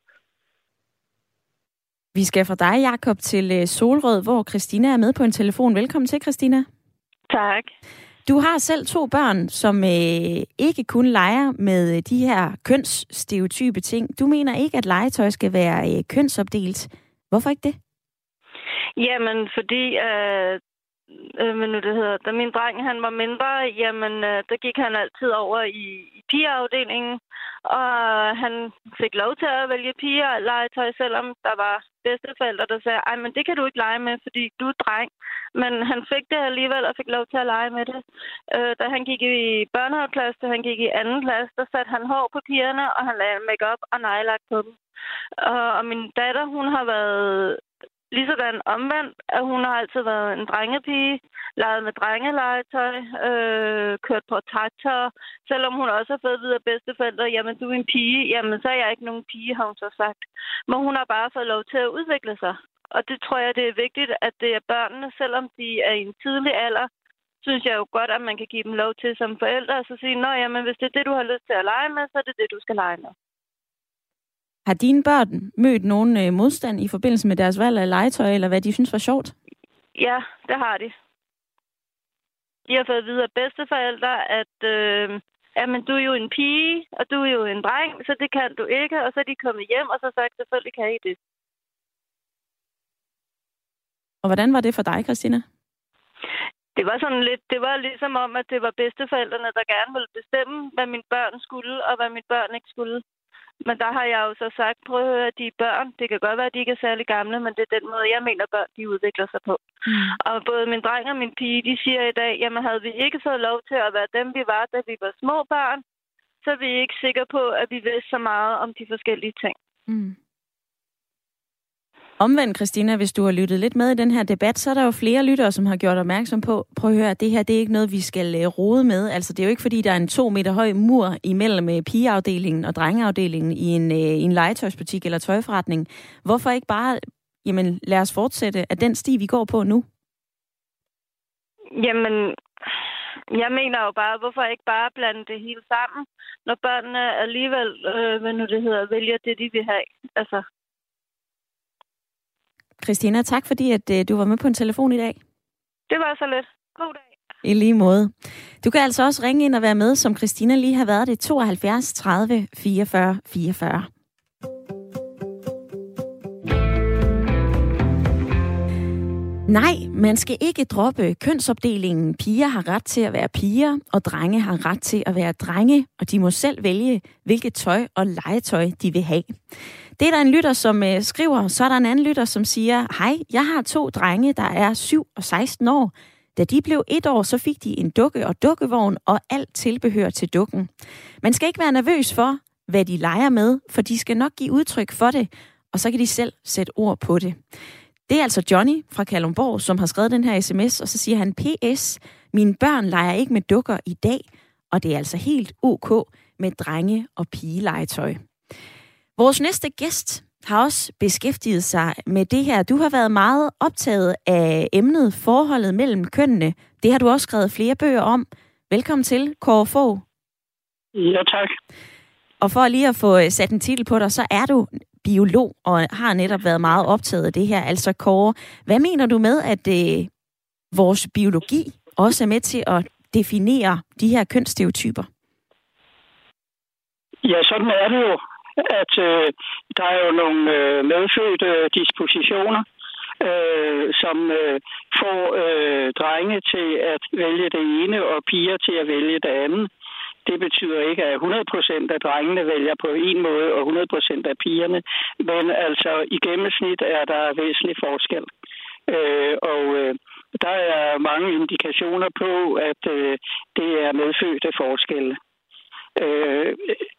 Vi skal fra dig, Jakob, til Solrød, hvor Christina er med på en telefon. Velkommen til, Christina. Tak. Du har selv to børn, som øh, ikke kun leger med de her kønsstereotype ting. Du mener ikke, at legetøj skal være øh, kønsopdelt. Hvorfor ikke det? Jamen, fordi øh, øh, men nu det hedder, da min dreng han var mindre, jamen, øh, der gik han altid over i, i pigeafdelingen, og han fik lov til at vælge piger og legetøj, selvom der var bedsteforældre, der sagde, ej, men det kan du ikke lege med, fordi du er dreng. Men han fik det alligevel og fik lov til at lege med det. Øh, da han gik i børnehaveklasse, da han gik i anden klasse, der satte han hår på pigerne, og han lagde make-up og neglelak på dem. Og, og min datter, hun har været ligesådan omvendt, at hun har altid været en drengepige, leget med drengelegetøj, øh, kørt på traktor, selvom hun også har fået videre bedsteforældre, jamen du er en pige, jamen så er jeg ikke nogen pige, har hun så sagt. Men hun har bare fået lov til at udvikle sig. Og det tror jeg, det er vigtigt, at det er børnene, selvom de er i en tidlig alder, synes jeg jo godt, at man kan give dem lov til som forældre, og så sige, nå jamen hvis det er det, du har lyst til at lege med, så er det det, du skal lege med. Har dine børn mødt nogen øh, modstand i forbindelse med deres valg af legetøj, eller hvad de synes var sjovt? Ja, det har de. De har fået videre bedsteforældre, at øh, jamen, du er jo en pige, og du er jo en dreng, så det kan du ikke. Og så er de kommet hjem, og så sagt, selvfølgelig kan I det. Og hvordan var det for dig, Christina? Det var sådan lidt, det var ligesom om, at det var bedsteforældrene, der gerne ville bestemme, hvad mine børn skulle, og hvad mine børn ikke skulle. Men der har jeg jo så sagt, prøv at høre, at de er børn. Det kan godt være, at de ikke er særlig gamle, men det er den måde, jeg mener, børn de udvikler sig på. Mm. Og både min dreng og min pige, de siger i dag, jamen havde vi ikke fået lov til at være dem, vi var, da vi var små børn, så er vi ikke sikre på, at vi vidste så meget om de forskellige ting. Mm. Omvendt, Christina, hvis du har lyttet lidt med i den her debat, så er der jo flere lyttere, som har gjort opmærksom på, prøv at høre, det her det er ikke noget, vi skal rode med. Altså, det er jo ikke, fordi der er en to meter høj mur imellem pigeafdelingen og drengeafdelingen i en, i en legetøjsbutik eller tøjforretning. Hvorfor ikke bare, jamen, lad os fortsætte af den sti, vi går på nu? Jamen, jeg mener jo bare, hvorfor ikke bare blande det hele sammen, når børnene alligevel, øh, hvad nu det hedder, vælger det, de vil have. Altså, Christina, tak fordi, at øh, du var med på en telefon i dag. Det var så lidt. God dag. I lige måde. Du kan altså også ringe ind og være med, som Christina lige har været det, tooghalvfjerds tredive fireogfyrre fireogfyrre. Nej, man skal ikke droppe kønsopdelingen. Piger har ret til at være piger, og drenge har ret til at være drenge, og de må selv vælge, hvilket tøj og legetøj de vil have. Det er der en lytter, som øh, skriver, så er der en anden lytter, som siger, hej, jeg har to drenge, der er syv og seksten år. Da de blev et år, så fik de en dukke og dukkevogn og alt tilbehør til dukken. Man skal ikke være nervøs for, hvad de leger med, for de skal nok give udtryk for det, og så kan de selv sætte ord på det. Det er altså Johnny fra Kalundborg, som har skrevet den her sms, og så siger han, P S, mine børn leger ikke med dukker i dag, og det er altså helt ok med drenge- og pigelegetøj. Vores næste gæst har også beskæftiget sig med det her. Du har været meget optaget af emnet forholdet mellem kønnene. Det har du også skrevet flere bøger om. Velkommen til, Kåre Fogh. Ja, tak. Og for lige at få sat en titel på dig, så er du biolog og har netop været meget optaget af det her. Altså Kåre, hvad mener du med, at øh, vores biologi også er med til at definere de her kønsstereotyper? Ja, sådan er det jo. At øh, der er jo nogle øh, medfødte dispositioner, øh, som øh, får øh, drenge til at vælge det ene og piger til at vælge det andet. Det betyder ikke, at hundrede procent af drengene vælger på en måde og hundrede procent af pigerne, men altså i gennemsnit er der væsentlig forskel. Øh, og øh, der er mange indikationer på, at øh, det er medfødte forskelle. Øh,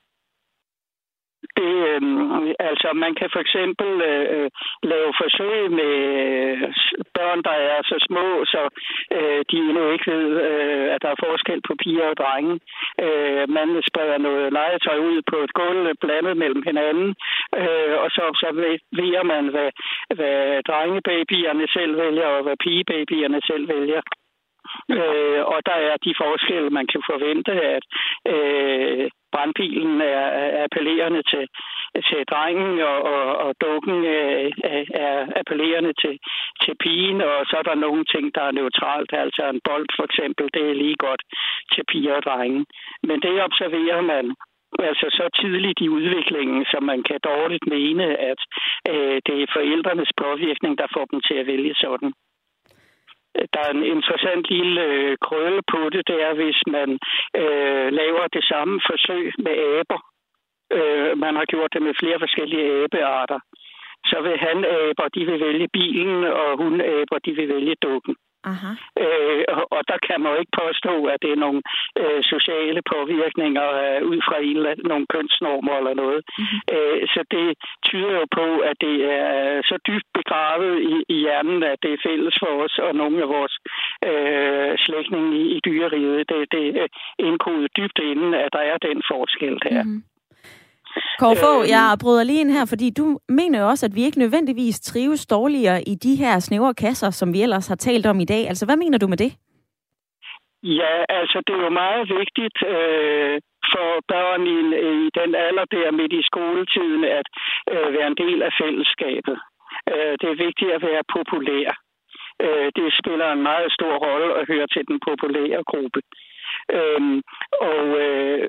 Det, øh, altså, man kan for eksempel øh, lave forsøg med børn, der er så små, så øh, de endnu ikke ved, øh, at der er forskel på piger og drenge. Øh, man spreder noget legetøj ud på et gulv, blandet mellem hinanden, øh, og så, så ved man, hvad, hvad drengebabyerne selv vælger, og hvad pigebabyerne selv vælger. Øh, og der er de forskelle, man kan forvente, at øh, brandbilen er, er appellerende til, til drengen, og, og, og dukken er, er appellerende til, til pigen, og så er der nogle ting, der er neutralt. Altså en bold for eksempel, det er lige godt til piger og drenge. Men det observerer man altså så tidligt i udviklingen, så man kan dårligt mene, at øh, det er forældrenes påvirkning, der får dem til at vælge sådan. Der er en interessant lille øh, krølle på det, det er, hvis man øh, laver det samme forsøg med aber. Øh, man har gjort det med flere forskellige abearter. Så vil hanaber, de vil vælge bilen, og hunaber, de vil vælge dukken. Aha. Øh, og, og der kan man jo ikke påstå, at det er nogle øh, sociale påvirkninger øh, ud fra en, nogle kønsnormer eller noget. Mm-hmm. Øh, så det tyder jo på, at det er så dybt begravet i, i hjernen, at det er fælles for os og nogle af vores øh, slægtninge i, i dyreriget. Det, det er indkodet dybt inden, at der er den forskel her. Mm-hmm. Kåre Fogh, jeg bryder lige ind her, fordi du mener jo også, at vi ikke nødvendigvis trives dårligere i de her snævre kasser, som vi ellers har talt om i dag. Altså, hvad mener du med det? Ja, altså, det er jo meget vigtigt øh, for børn i, i den alder der midt i skoletiden at øh, være en del af fællesskabet. Øh, det er vigtigt at være populær. Øh, det spiller en meget stor rolle at høre til den populære gruppe. Øh, og øh,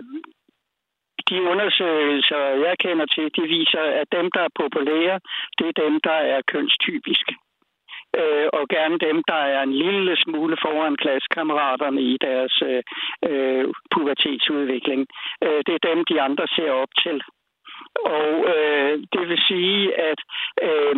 de undersøgelser, jeg kender til, de viser, at dem, der er populære, det er dem, der er kønstypiske. Øh, og gerne dem, der er en lille smule foran klassekammeraterne i deres øh, pubertetsudvikling. Øh, det er dem, de andre ser op til. Og øh, det vil sige, at øh,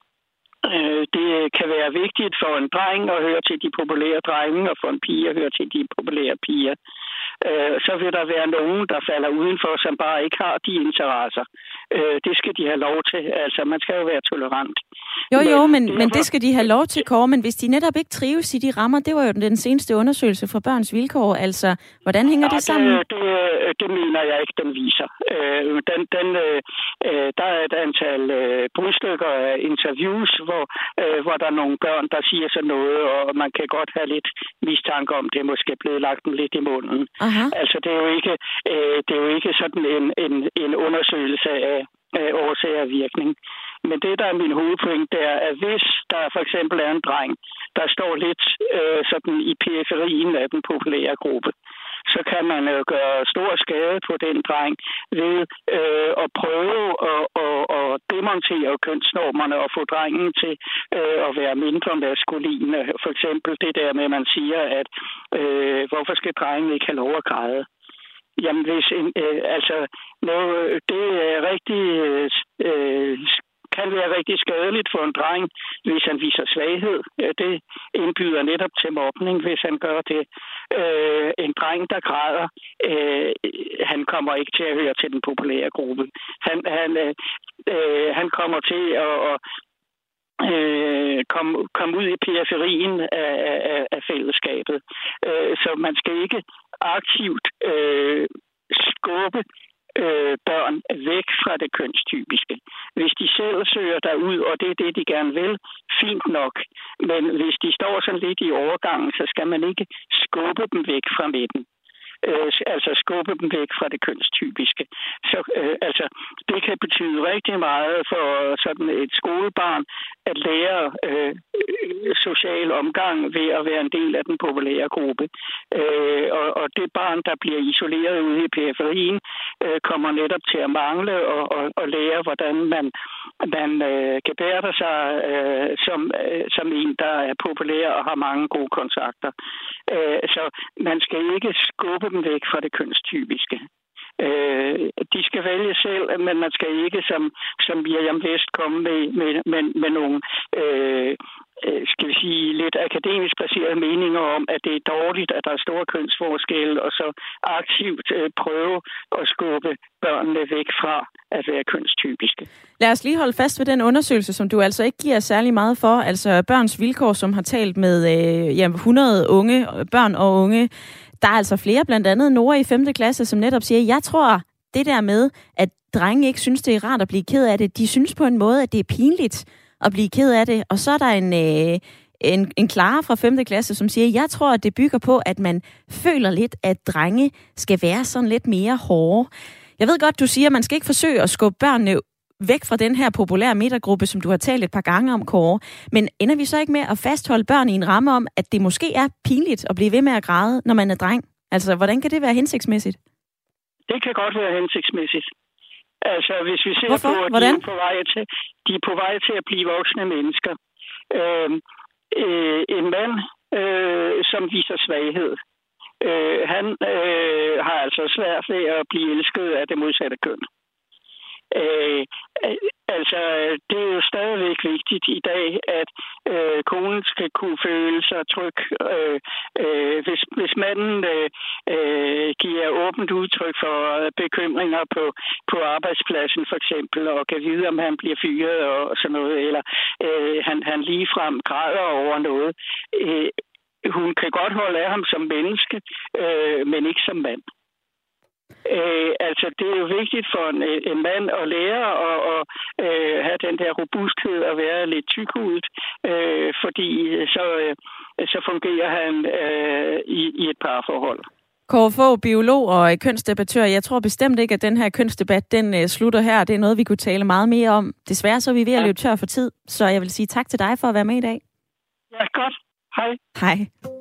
det kan være vigtigt for en dreng at høre til de populære drenge, og for en pige at høre til de populære piger. Så vil der være nogen, der falder udenfor, som bare ikke har de interesser. Det skal de have lov til. Altså, man skal jo være tolerant. Jo, jo, men, men, men det skal de have lov til, Kåre. Men hvis de netop ikke trives i de rammer, det var jo den seneste undersøgelse fra Børns Vilkår. Altså, hvordan hænger det sammen? Det, det, det mener jeg ikke, den viser. Den, den, der er et antal brudstykker af interviews, hvor, hvor der er nogle børn, der siger sådan noget, og man kan godt have lidt mistanke om, det er måske blevet lagt dem lidt i munden. Aha. Altså, det er jo ikke, øh, det er jo ikke sådan en, en, en undersøgelse af, af årsag og virkning. Men det, der er min hovedpoint, det er, at hvis der for eksempel er en dreng, der står lidt øh, sådan i periferien af den populære gruppe, så kan man øh, gøre stor skade på den dreng ved øh, at prøve at, at, at demontere kønsnormerne og få drengen til øh, at være mindre maskulin. For eksempel det der med, at man siger, at øh, hvorfor skal drengen ikke have lov at græde? Jamen, hvis en, øh, altså, noget, det er rigtig øh, kan være rigtig skadeligt for en dreng, hvis han viser svaghed. Det indbyder netop til mobning, hvis han gør det. Øh, en dreng, der græder, øh, han kommer ikke til at høre til den populære gruppe. Han, han, øh, han kommer til at, at øh, komme, komme ud i periferien af, af, af fællesskabet. Øh, så man skal ikke aktivt øh, skubbe Øh, børn væk fra det kønstypiske. Hvis de selv søger derud, og det er det, de gerne vil, fint nok. Men hvis de står sådan lidt i overgangen, så skal man ikke skubbe dem væk fra midten. Øh, altså skubbe dem væk fra det kønstypiske. Så øh, altså, det kan betyde rigtig meget for sådan et skolebarn at lære øh, social omgang ved at være en del af den populære gruppe. Øh, og, og det barn, der bliver isoleret ude i periferien, øh, kommer netop til at mangle og, og, og lære, hvordan man, man øh, gebærder sig øh, som, øh, som en, der er populær og har mange gode kontakter. Øh, så man skal ikke skubbe dem væk fra det kønstypiske. Øh, de skal vælge selv, men man skal ikke som, som Miriam Vest komme med, med, med, med nogle øh, skal vi sige, lidt akademisk baserede meninger om, at det er dårligt, at der er store kønsforskelle, og så aktivt øh, prøve at skubbe børnene væk fra at være kønstypiske. Lad os lige holde fast ved den undersøgelse, som du altså ikke giver særlig meget for. Altså Børns Vilkår, som har talt med øh, ja, hundrede unge, børn og unge. Der er altså flere, blandt andet Nora i femte klasse, som netop siger, jeg tror, det der med, at drenge ikke synes, det er rart at blive ked af det, de synes på en måde, at det er pinligt at blive ked af det. Og så er der en, øh, en, en Clara fra femte klasse, som siger, jeg tror, at det bygger på, at man føler lidt, at drenge skal være sådan lidt mere hårde. Jeg ved godt, du siger, at man skal ikke forsøge at skubbe børnene væk fra den her populære midtergruppe, som du har talt et par gange om, Kåre. Men ender vi så ikke med at fastholde børn i en ramme om, at det måske er pinligt at blive ved med at græde, når man er dreng? Altså, hvordan kan det være hensigtsmæssigt? Det kan godt være hensigtsmæssigt. Altså, hvis vi ser Hvorfor? på, at Hvordan? de er, på vej til, de er på vej til at blive voksne mennesker. Øh, øh, en mand, øh, som viser svaghed, øh, han øh, har altså svært ved at blive elsket af det modsatte køn. Øh, altså, det er jo stadigvæk vigtigt i dag, at øh, konen skal kunne føle sig tryg. Øh, øh, hvis, hvis manden øh, øh, giver åbent udtryk for bekymringer på, på arbejdspladsen for eksempel, og kan vide, om han bliver fyret og sådan noget, eller øh, han, han ligefrem græder over noget. Øh, hun kan godt holde af ham som menneske, øh, men ikke som mand. Øh, altså, det er jo vigtigt for en, en mand at lære og, og øh, have den der robusthed og være lidt tykhudet, øh, fordi så, øh, så fungerer han øh, i, i et parforhold. Kåre Fogh, biolog og kønsdebattør. Jeg tror bestemt ikke, at den her kønsdebat, den uh, slutter her. Det er noget, vi kunne tale meget mere om. Desværre så er vi ved at løbe tør for tid, så jeg vil sige tak til dig for at være med i dag. Ja, godt. Hej. Hej.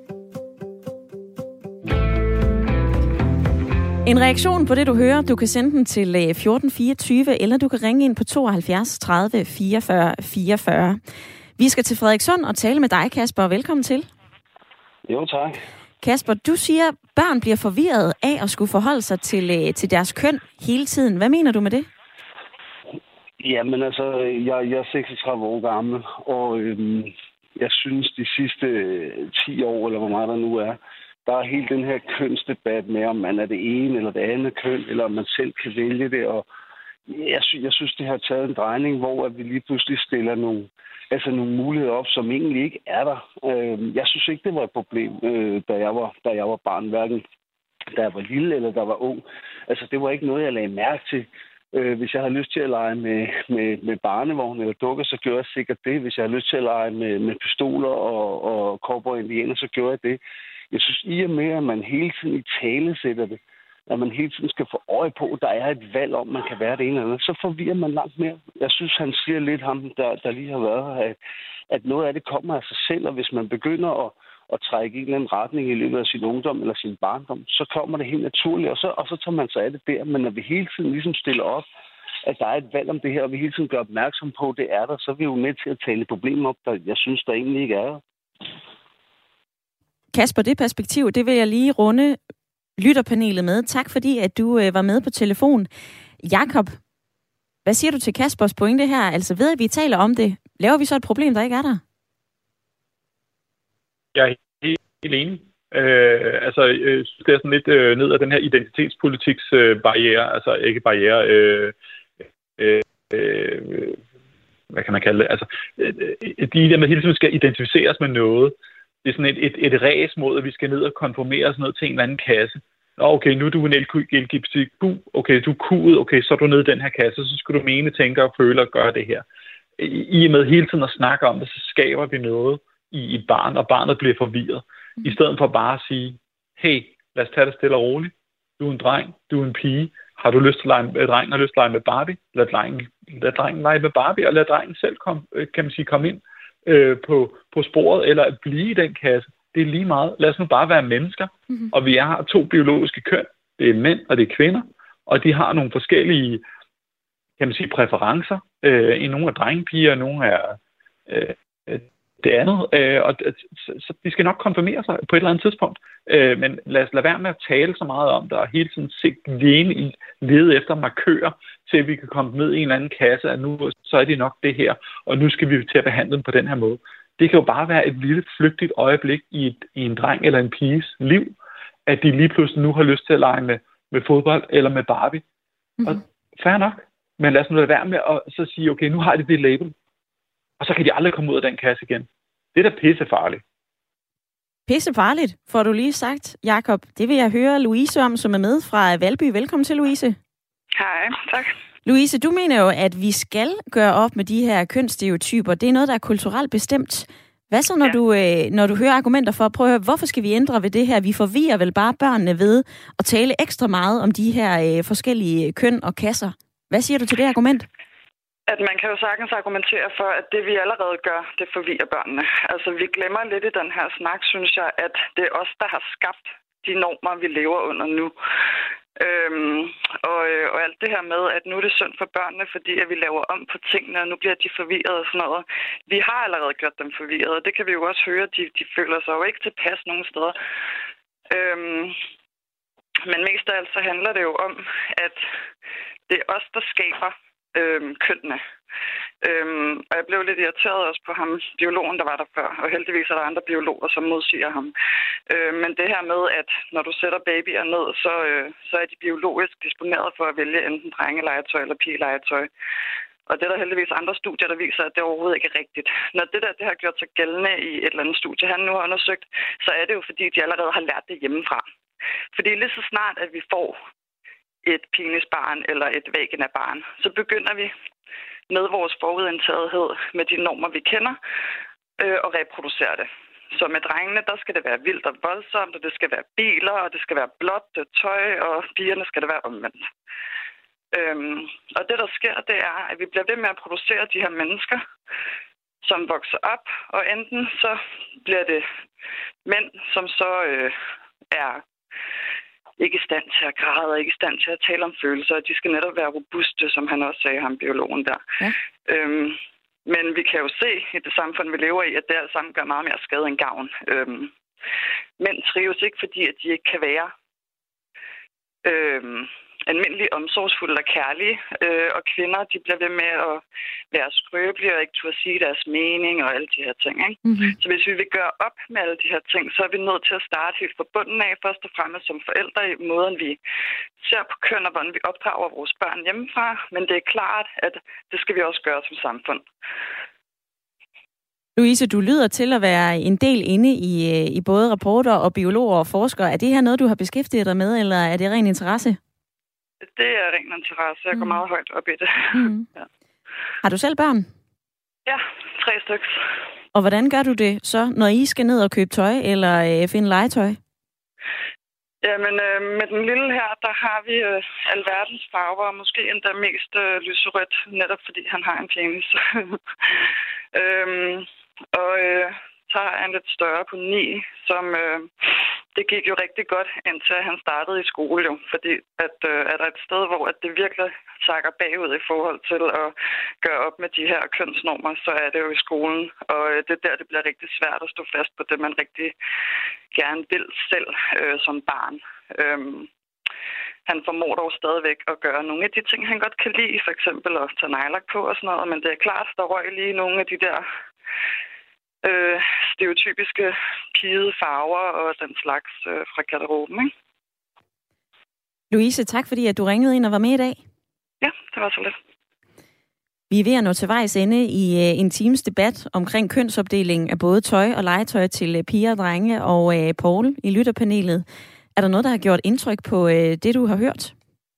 En reaktion på det, du hører, du kan sende den til fjorten fireogtyve, eller du kan ringe ind på tooghalvfjerds tredive fireogfyrre fireogfyrre. Vi skal til Frederikssund og tale med dig, Kasper. Velkommen til. Jo, tak. Kasper, du siger, at børn bliver forvirret af at skulle forholde sig til, til deres køn hele tiden. Hvad mener du med det? Jamen altså, jeg, jeg er seksogtredive år gammel, og øhm, jeg synes, de sidste ti år, eller hvor meget der nu er, der er helt den her kønsdebat med, om man er det ene eller det andet køn, eller om man selv kan vælge det. Og jeg, sy- jeg synes, det har taget en drejning, hvor vi lige pludselig stiller nogle, altså nogle muligheder op, som egentlig ikke er der. Øh, jeg synes ikke, det var et problem, øh, da, jeg var, da jeg var barn, hverken da jeg var lille eller da jeg var ung. Altså, det var ikke noget, jeg lagde mærke til. Øh, hvis jeg havde lyst til at lege med, med, med barnevogn eller dukker, så gjorde jeg sikkert det. Hvis jeg havde lyst til at lege med, med pistoler og, og cowboy indianer, så gjorde jeg det. Jeg synes i og med, at man hele tiden i tale sætter det, at man hele tiden skal få øje på, at der er et valg om, man kan være det ene eller andet, så forvirrer man langt mere. Jeg synes, han siger lidt, ham der, der lige har været, at, at noget af det kommer af sig selv, og hvis man begynder at, at trække en eller anden retning i løbet af sin ungdom eller sin barndom, så kommer det helt naturligt, og så, og så tager man sig af det der. Men når vi hele tiden ligesom stiller op, at der er et valg om det her, og vi hele tiden gør opmærksom på, at det er der, så er vi jo med til at tale problemer op, der jeg synes, der egentlig ikke er der. Kasper, det perspektiv, det vil jeg lige runde lytterpanelet med. Tak fordi, at du øh, var med på telefon. Jakob, hvad siger du til Kaspers pointe her? Altså ved at vi taler om det, laver vi så et problem, der ikke er der? Jeg er helt, helt enig. Øh, altså, øh, det er sådan lidt øh, ned ad den her identitetspolitiks øh, barriere, altså ikke barriere, øh, øh, øh, hvad kan man kalde det? Altså, øh, de der med hele tiden skal identificeres med noget. Det er sådan et, et, et ræs mod, at vi skal ned og konformere sådan noget til en eller anden kasse. Nå, okay, nu er du en L G B T Q, okay, du er kudet, okay, så er du nede i den her kasse, så skal du mene, tænke og føle og gøre det her. I, I og med hele tiden at snakke om det, så skaber vi noget i et barn, og barnet bliver forvirret. Mm. I stedet for bare at sige, hey, lad os tage det stille og roligt. Du er en dreng, du er en pige. Har du lyst til at lege med drengen, har lyst til at lege med Barbie? Lad drengen, lad drengen lege med Barbie, og lad drengen selv komme, kan man sige, komme ind. Øh, på, på sporet, eller at blive i den kasse. Det er lige meget. Lad os nu bare være mennesker. Mm-hmm. Og vi har to biologiske køn. Det er mænd, og det er kvinder. Og de har nogle forskellige, kan man sige, præferencer. Øh, I nogle er drengepiger, og nogle er øh, det andet. Øh, og så, så de skal nok konfirmere sig på et eller andet tidspunkt. Øh, men lad os lade være med at tale så meget om det, og hele tiden se i lede efter markører, til at vi kan komme ned i en eller anden kasse, at nu så er det nok det her, og nu skal vi til at behandle dem på den her måde. Det kan jo bare være et lille flygtigt øjeblik i, et, i en dreng eller en piges liv, at de lige pludselig nu har lyst til at lege med, med fodbold eller med Barbie. Mm-hmm. Og fair nok, men lad os nu lade være med at så sige, okay, nu har de det label, og så kan de aldrig komme ud af den kasse igen. Det er da pissefarligt. Pissefarligt, får du lige sagt, Jakob. Det vil jeg høre Louise om, som er med fra Valby. Velkommen til, Louise. Hej, tak. Louise, du mener jo, at vi skal gøre op med de her kønsstereotyper. Det er noget, der er kulturelt bestemt. Hvad så, når, ja. du, øh, når du hører argumenter for at prøve at høre, hvorfor skal vi ændre ved det her? Vi forvirrer vel bare børnene ved at tale ekstra meget om de her øh, forskellige køn og kasser. Hvad siger du til det argument? at man kan jo sagtens argumentere for, at det vi allerede gør, det forvirrer børnene. Altså vi glemmer lidt i den her snak, synes jeg, at det er os, der har skabt de normer, vi lever under nu. Øhm, og, og alt det her med, at nu er det synd for børnene, fordi at vi laver om på tingene, og nu bliver de forvirret og sådan noget. Vi har allerede gjort dem forvirret, og det kan vi jo også høre, de, de føler sig jo ikke tilpas nogen steder. Øhm, men mest af alt så handler det jo om, at det er os, der skaber øhm, kønnene. Øhm, og jeg blev lidt irriteret også på ham, biologen, der var der før, og heldigvis er der andre biologer, som modsiger ham. Øhm, men det her med, at når du sætter babyer ned, så, øh, så er de biologisk disponeret for at vælge enten drengelegetøj eller pigelegetøj. Og det er der heldigvis andre studier, der viser, at det overhovedet ikke er rigtigt. Når det der det har gjort sig gældende i et eller andet studie, han nu har undersøgt, så er det jo fordi, de allerede har lært det hjemmefra. Fordi lige så snart, at vi får et penisbarn eller et vaginabarn, så begynder vi med vores forudindtagethed, med de normer, vi kender, øh, og reproducere det. Så med drengene, der skal det være vildt og voldsomt, og det skal være biler, og det skal være blåt tøj, og pigerne skal det være omvendt. Øhm, og det, der sker, det er, at vi bliver ved med at producere de her mennesker, som vokser op, og enten så bliver det mænd, som så øh, er ikke i stand til at græde, og ikke i stand til at tale om følelser. De skal netop være robuste, som han også sagde, ham biologen der. Ja. Øhm, men vi kan jo se i det samfund, vi lever i, at det alt sammen gør meget mere skade end gavn. Øhm, mænd trives ikke, fordi at de ikke kan være øhm, almindeligt omsorgsfulde og kærlige, øh, og kvinder, de bliver ved med at være skrøbelige og ikke turde sige deres mening og alle de her ting. Ikke? Mm-hmm. Så hvis vi vil gøre op med alle de her ting, så er vi nødt til at starte helt fra bunden af, først og fremmest som forældre, i måden vi ser på køn og hvordan vi opdrager vores børn hjemmefra, men det er klart, at det skal vi også gøre som samfund. Louise, du lyder til at være en del inde i, i både rapporter og biologer og forskere. Er det her noget, du har beskæftiget dig med, eller er det ren interesse? Det er ren interesse. Jeg går mm. meget højt op i det. Mm. Ja. Har du selv børn? Ja, tre stykker. Og hvordan gør du det så, når I skal ned og købe tøj eller øh, finde legetøj? Jamen, øh, med den lille her, der har vi øh, alverdens farver, og måske endda mest øh, lyserødt, netop fordi han har en penis. øhm, og øh, så har jeg en lidt større på ni, som... Øh, Det gik jo rigtig godt, indtil han startede i skole jo, fordi at, øh, er der et sted, hvor at det virkelig sakker bagud i forhold til at gøre op med de her kønsnormer, så er det jo i skolen, og øh, det er der, det bliver rigtig svært at stå fast på det, man rigtig gerne vil selv øh, som barn. Øhm, han formår dog stadigvæk at gøre nogle af de ting, han godt kan lide, for eksempel at tage nejlak på og sådan noget, men det er klart, der røg lige nogle af de der... Øh, stereotypiske pigede farver og den slags øh, fra garderoben, ikke? Louise, tak fordi at du ringede ind og var med i dag. Ja, det var så lidt. Vi er ved at nå til vejs ende i uh, en times debat omkring kønsopdelingen af både tøj og legetøj til uh, piger og drenge, og uh, Poul i lytterpanelet. Er der noget, der har gjort indtryk på uh, det, du har hørt?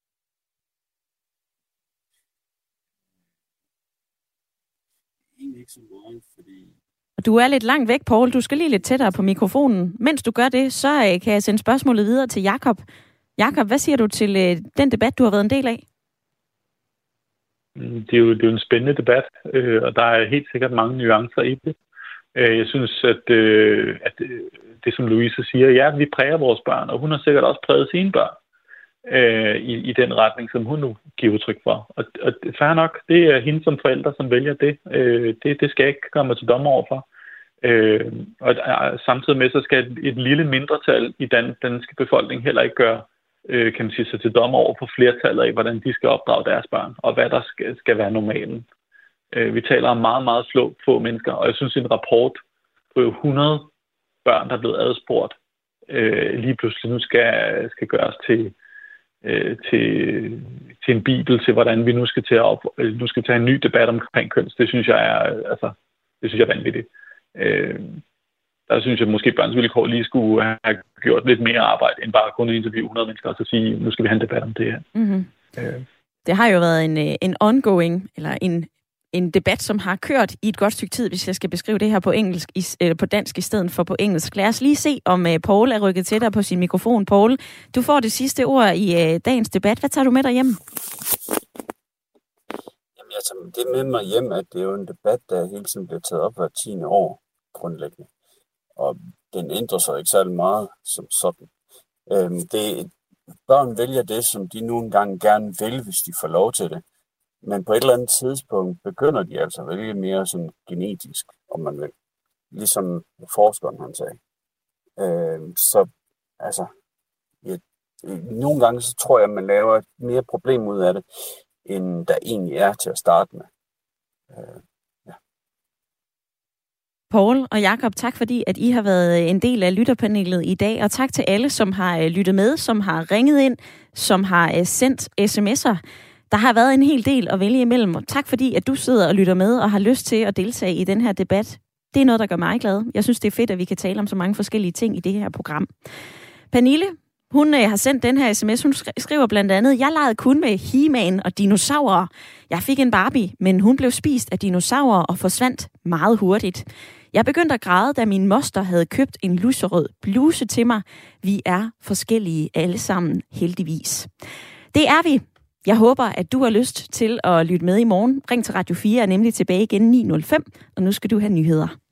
Egentlig ikke så meget, fordi du er lidt langt væk, Poul. Du skal lige lidt tættere på mikrofonen. Mens du gør det, så øh, kan jeg sende spørgsmålet videre til Jakob. Jakob, hvad siger du til øh, den debat, du har været en del af? Det er jo, det er jo en spændende debat, øh, og der er helt sikkert mange nuancer i det. Øh, jeg synes, at, øh, at det, som Louise siger, ja, vi præger vores børn, og hun har sikkert også præget sine børn øh, i, i den retning, som hun nu giver udtryk for. Og, og fair nok, det er hende som forældre, som vælger det. Øh, det, det skal jeg ikke komme til dommer overfor. Øh, og samtidig med, så skal et, et lille mindretal i den danske befolkning heller ikke gøre, øh, kan man sige, sig til dommer over på flertallet af, hvordan de skal opdrage deres børn, og hvad der skal, skal være normalen. Øh, vi taler om meget, meget få, få mennesker, og jeg synes, en rapport på hundrede børn, der er blevet adspurgt, øh, lige pludselig nu skal, skal gøres til, øh, til, til en bibel, til hvordan vi nu skal til at op, nu skal tage en ny debat omkring køns. Det synes jeg er, altså, det synes jeg er vanvittigt. Øh, der synes jeg måske, at Børns Vilkår lige skulle have gjort lidt mere arbejde, end bare kun at interviewe hundrede mennesker, og så sige, nu skal vi have en debat om det her. Mm-hmm. Øh. Det har jo været en, en ongoing, eller en, en debat, som har kørt i et godt stykke tid, hvis jeg skal beskrive det her på engelsk, eller på dansk i stedet for på engelsk. Lad os lige se, om uh, Poul er rykket til dig på sin mikrofon. Poul, du får det sidste ord i uh, dagens debat. Hvad tager du med dig hjem? Jamen, altså, det med mig hjem, at det er jo en debat, der hele tiden bliver taget op hver tiende år, grundlæggende. Og den ændrer sig ikke særlig meget som sådan. Øhm, det, børn vælger det, som de nogle gange gerne vil, hvis de får lov til det. Men på et eller andet tidspunkt begynder de altså at vælge mere sådan genetisk, om man vil. Ligesom forskeren, han sagde. Øhm, så altså, ja, nogle gange så tror jeg, at man laver et mere problem ud af det, end der egentlig er til at starte med. Øh, ja. Poul og Jakob, tak fordi, at I har været en del af lytterpanelet i dag, og tak til alle, som har lyttet med, som har ringet ind, som har sendt sms'er. Der har været en hel del at vælge imellem, og tak fordi, at du sidder og lytter med og har lyst til at deltage i den her debat. Det er noget, der gør mig glad. Jeg synes, det er fedt, at vi kan tale om så mange forskellige ting i det her program. Pernille, hun øh, har sendt den her sms. Hun skriver blandt andet, jeg legede kun med He-Man og dinosaurer. Jeg fik en Barbie, men hun blev spist af dinosaurer og forsvandt meget hurtigt. Jeg begyndte at græde, da min moster havde købt en lyserød bluse til mig. Vi er forskellige alle sammen, heldigvis. Det er vi. Jeg håber, at du har lyst til at lytte med i morgen. Ring til Radio fire er nemlig tilbage igen ni nul fem, og nu skal du have nyheder.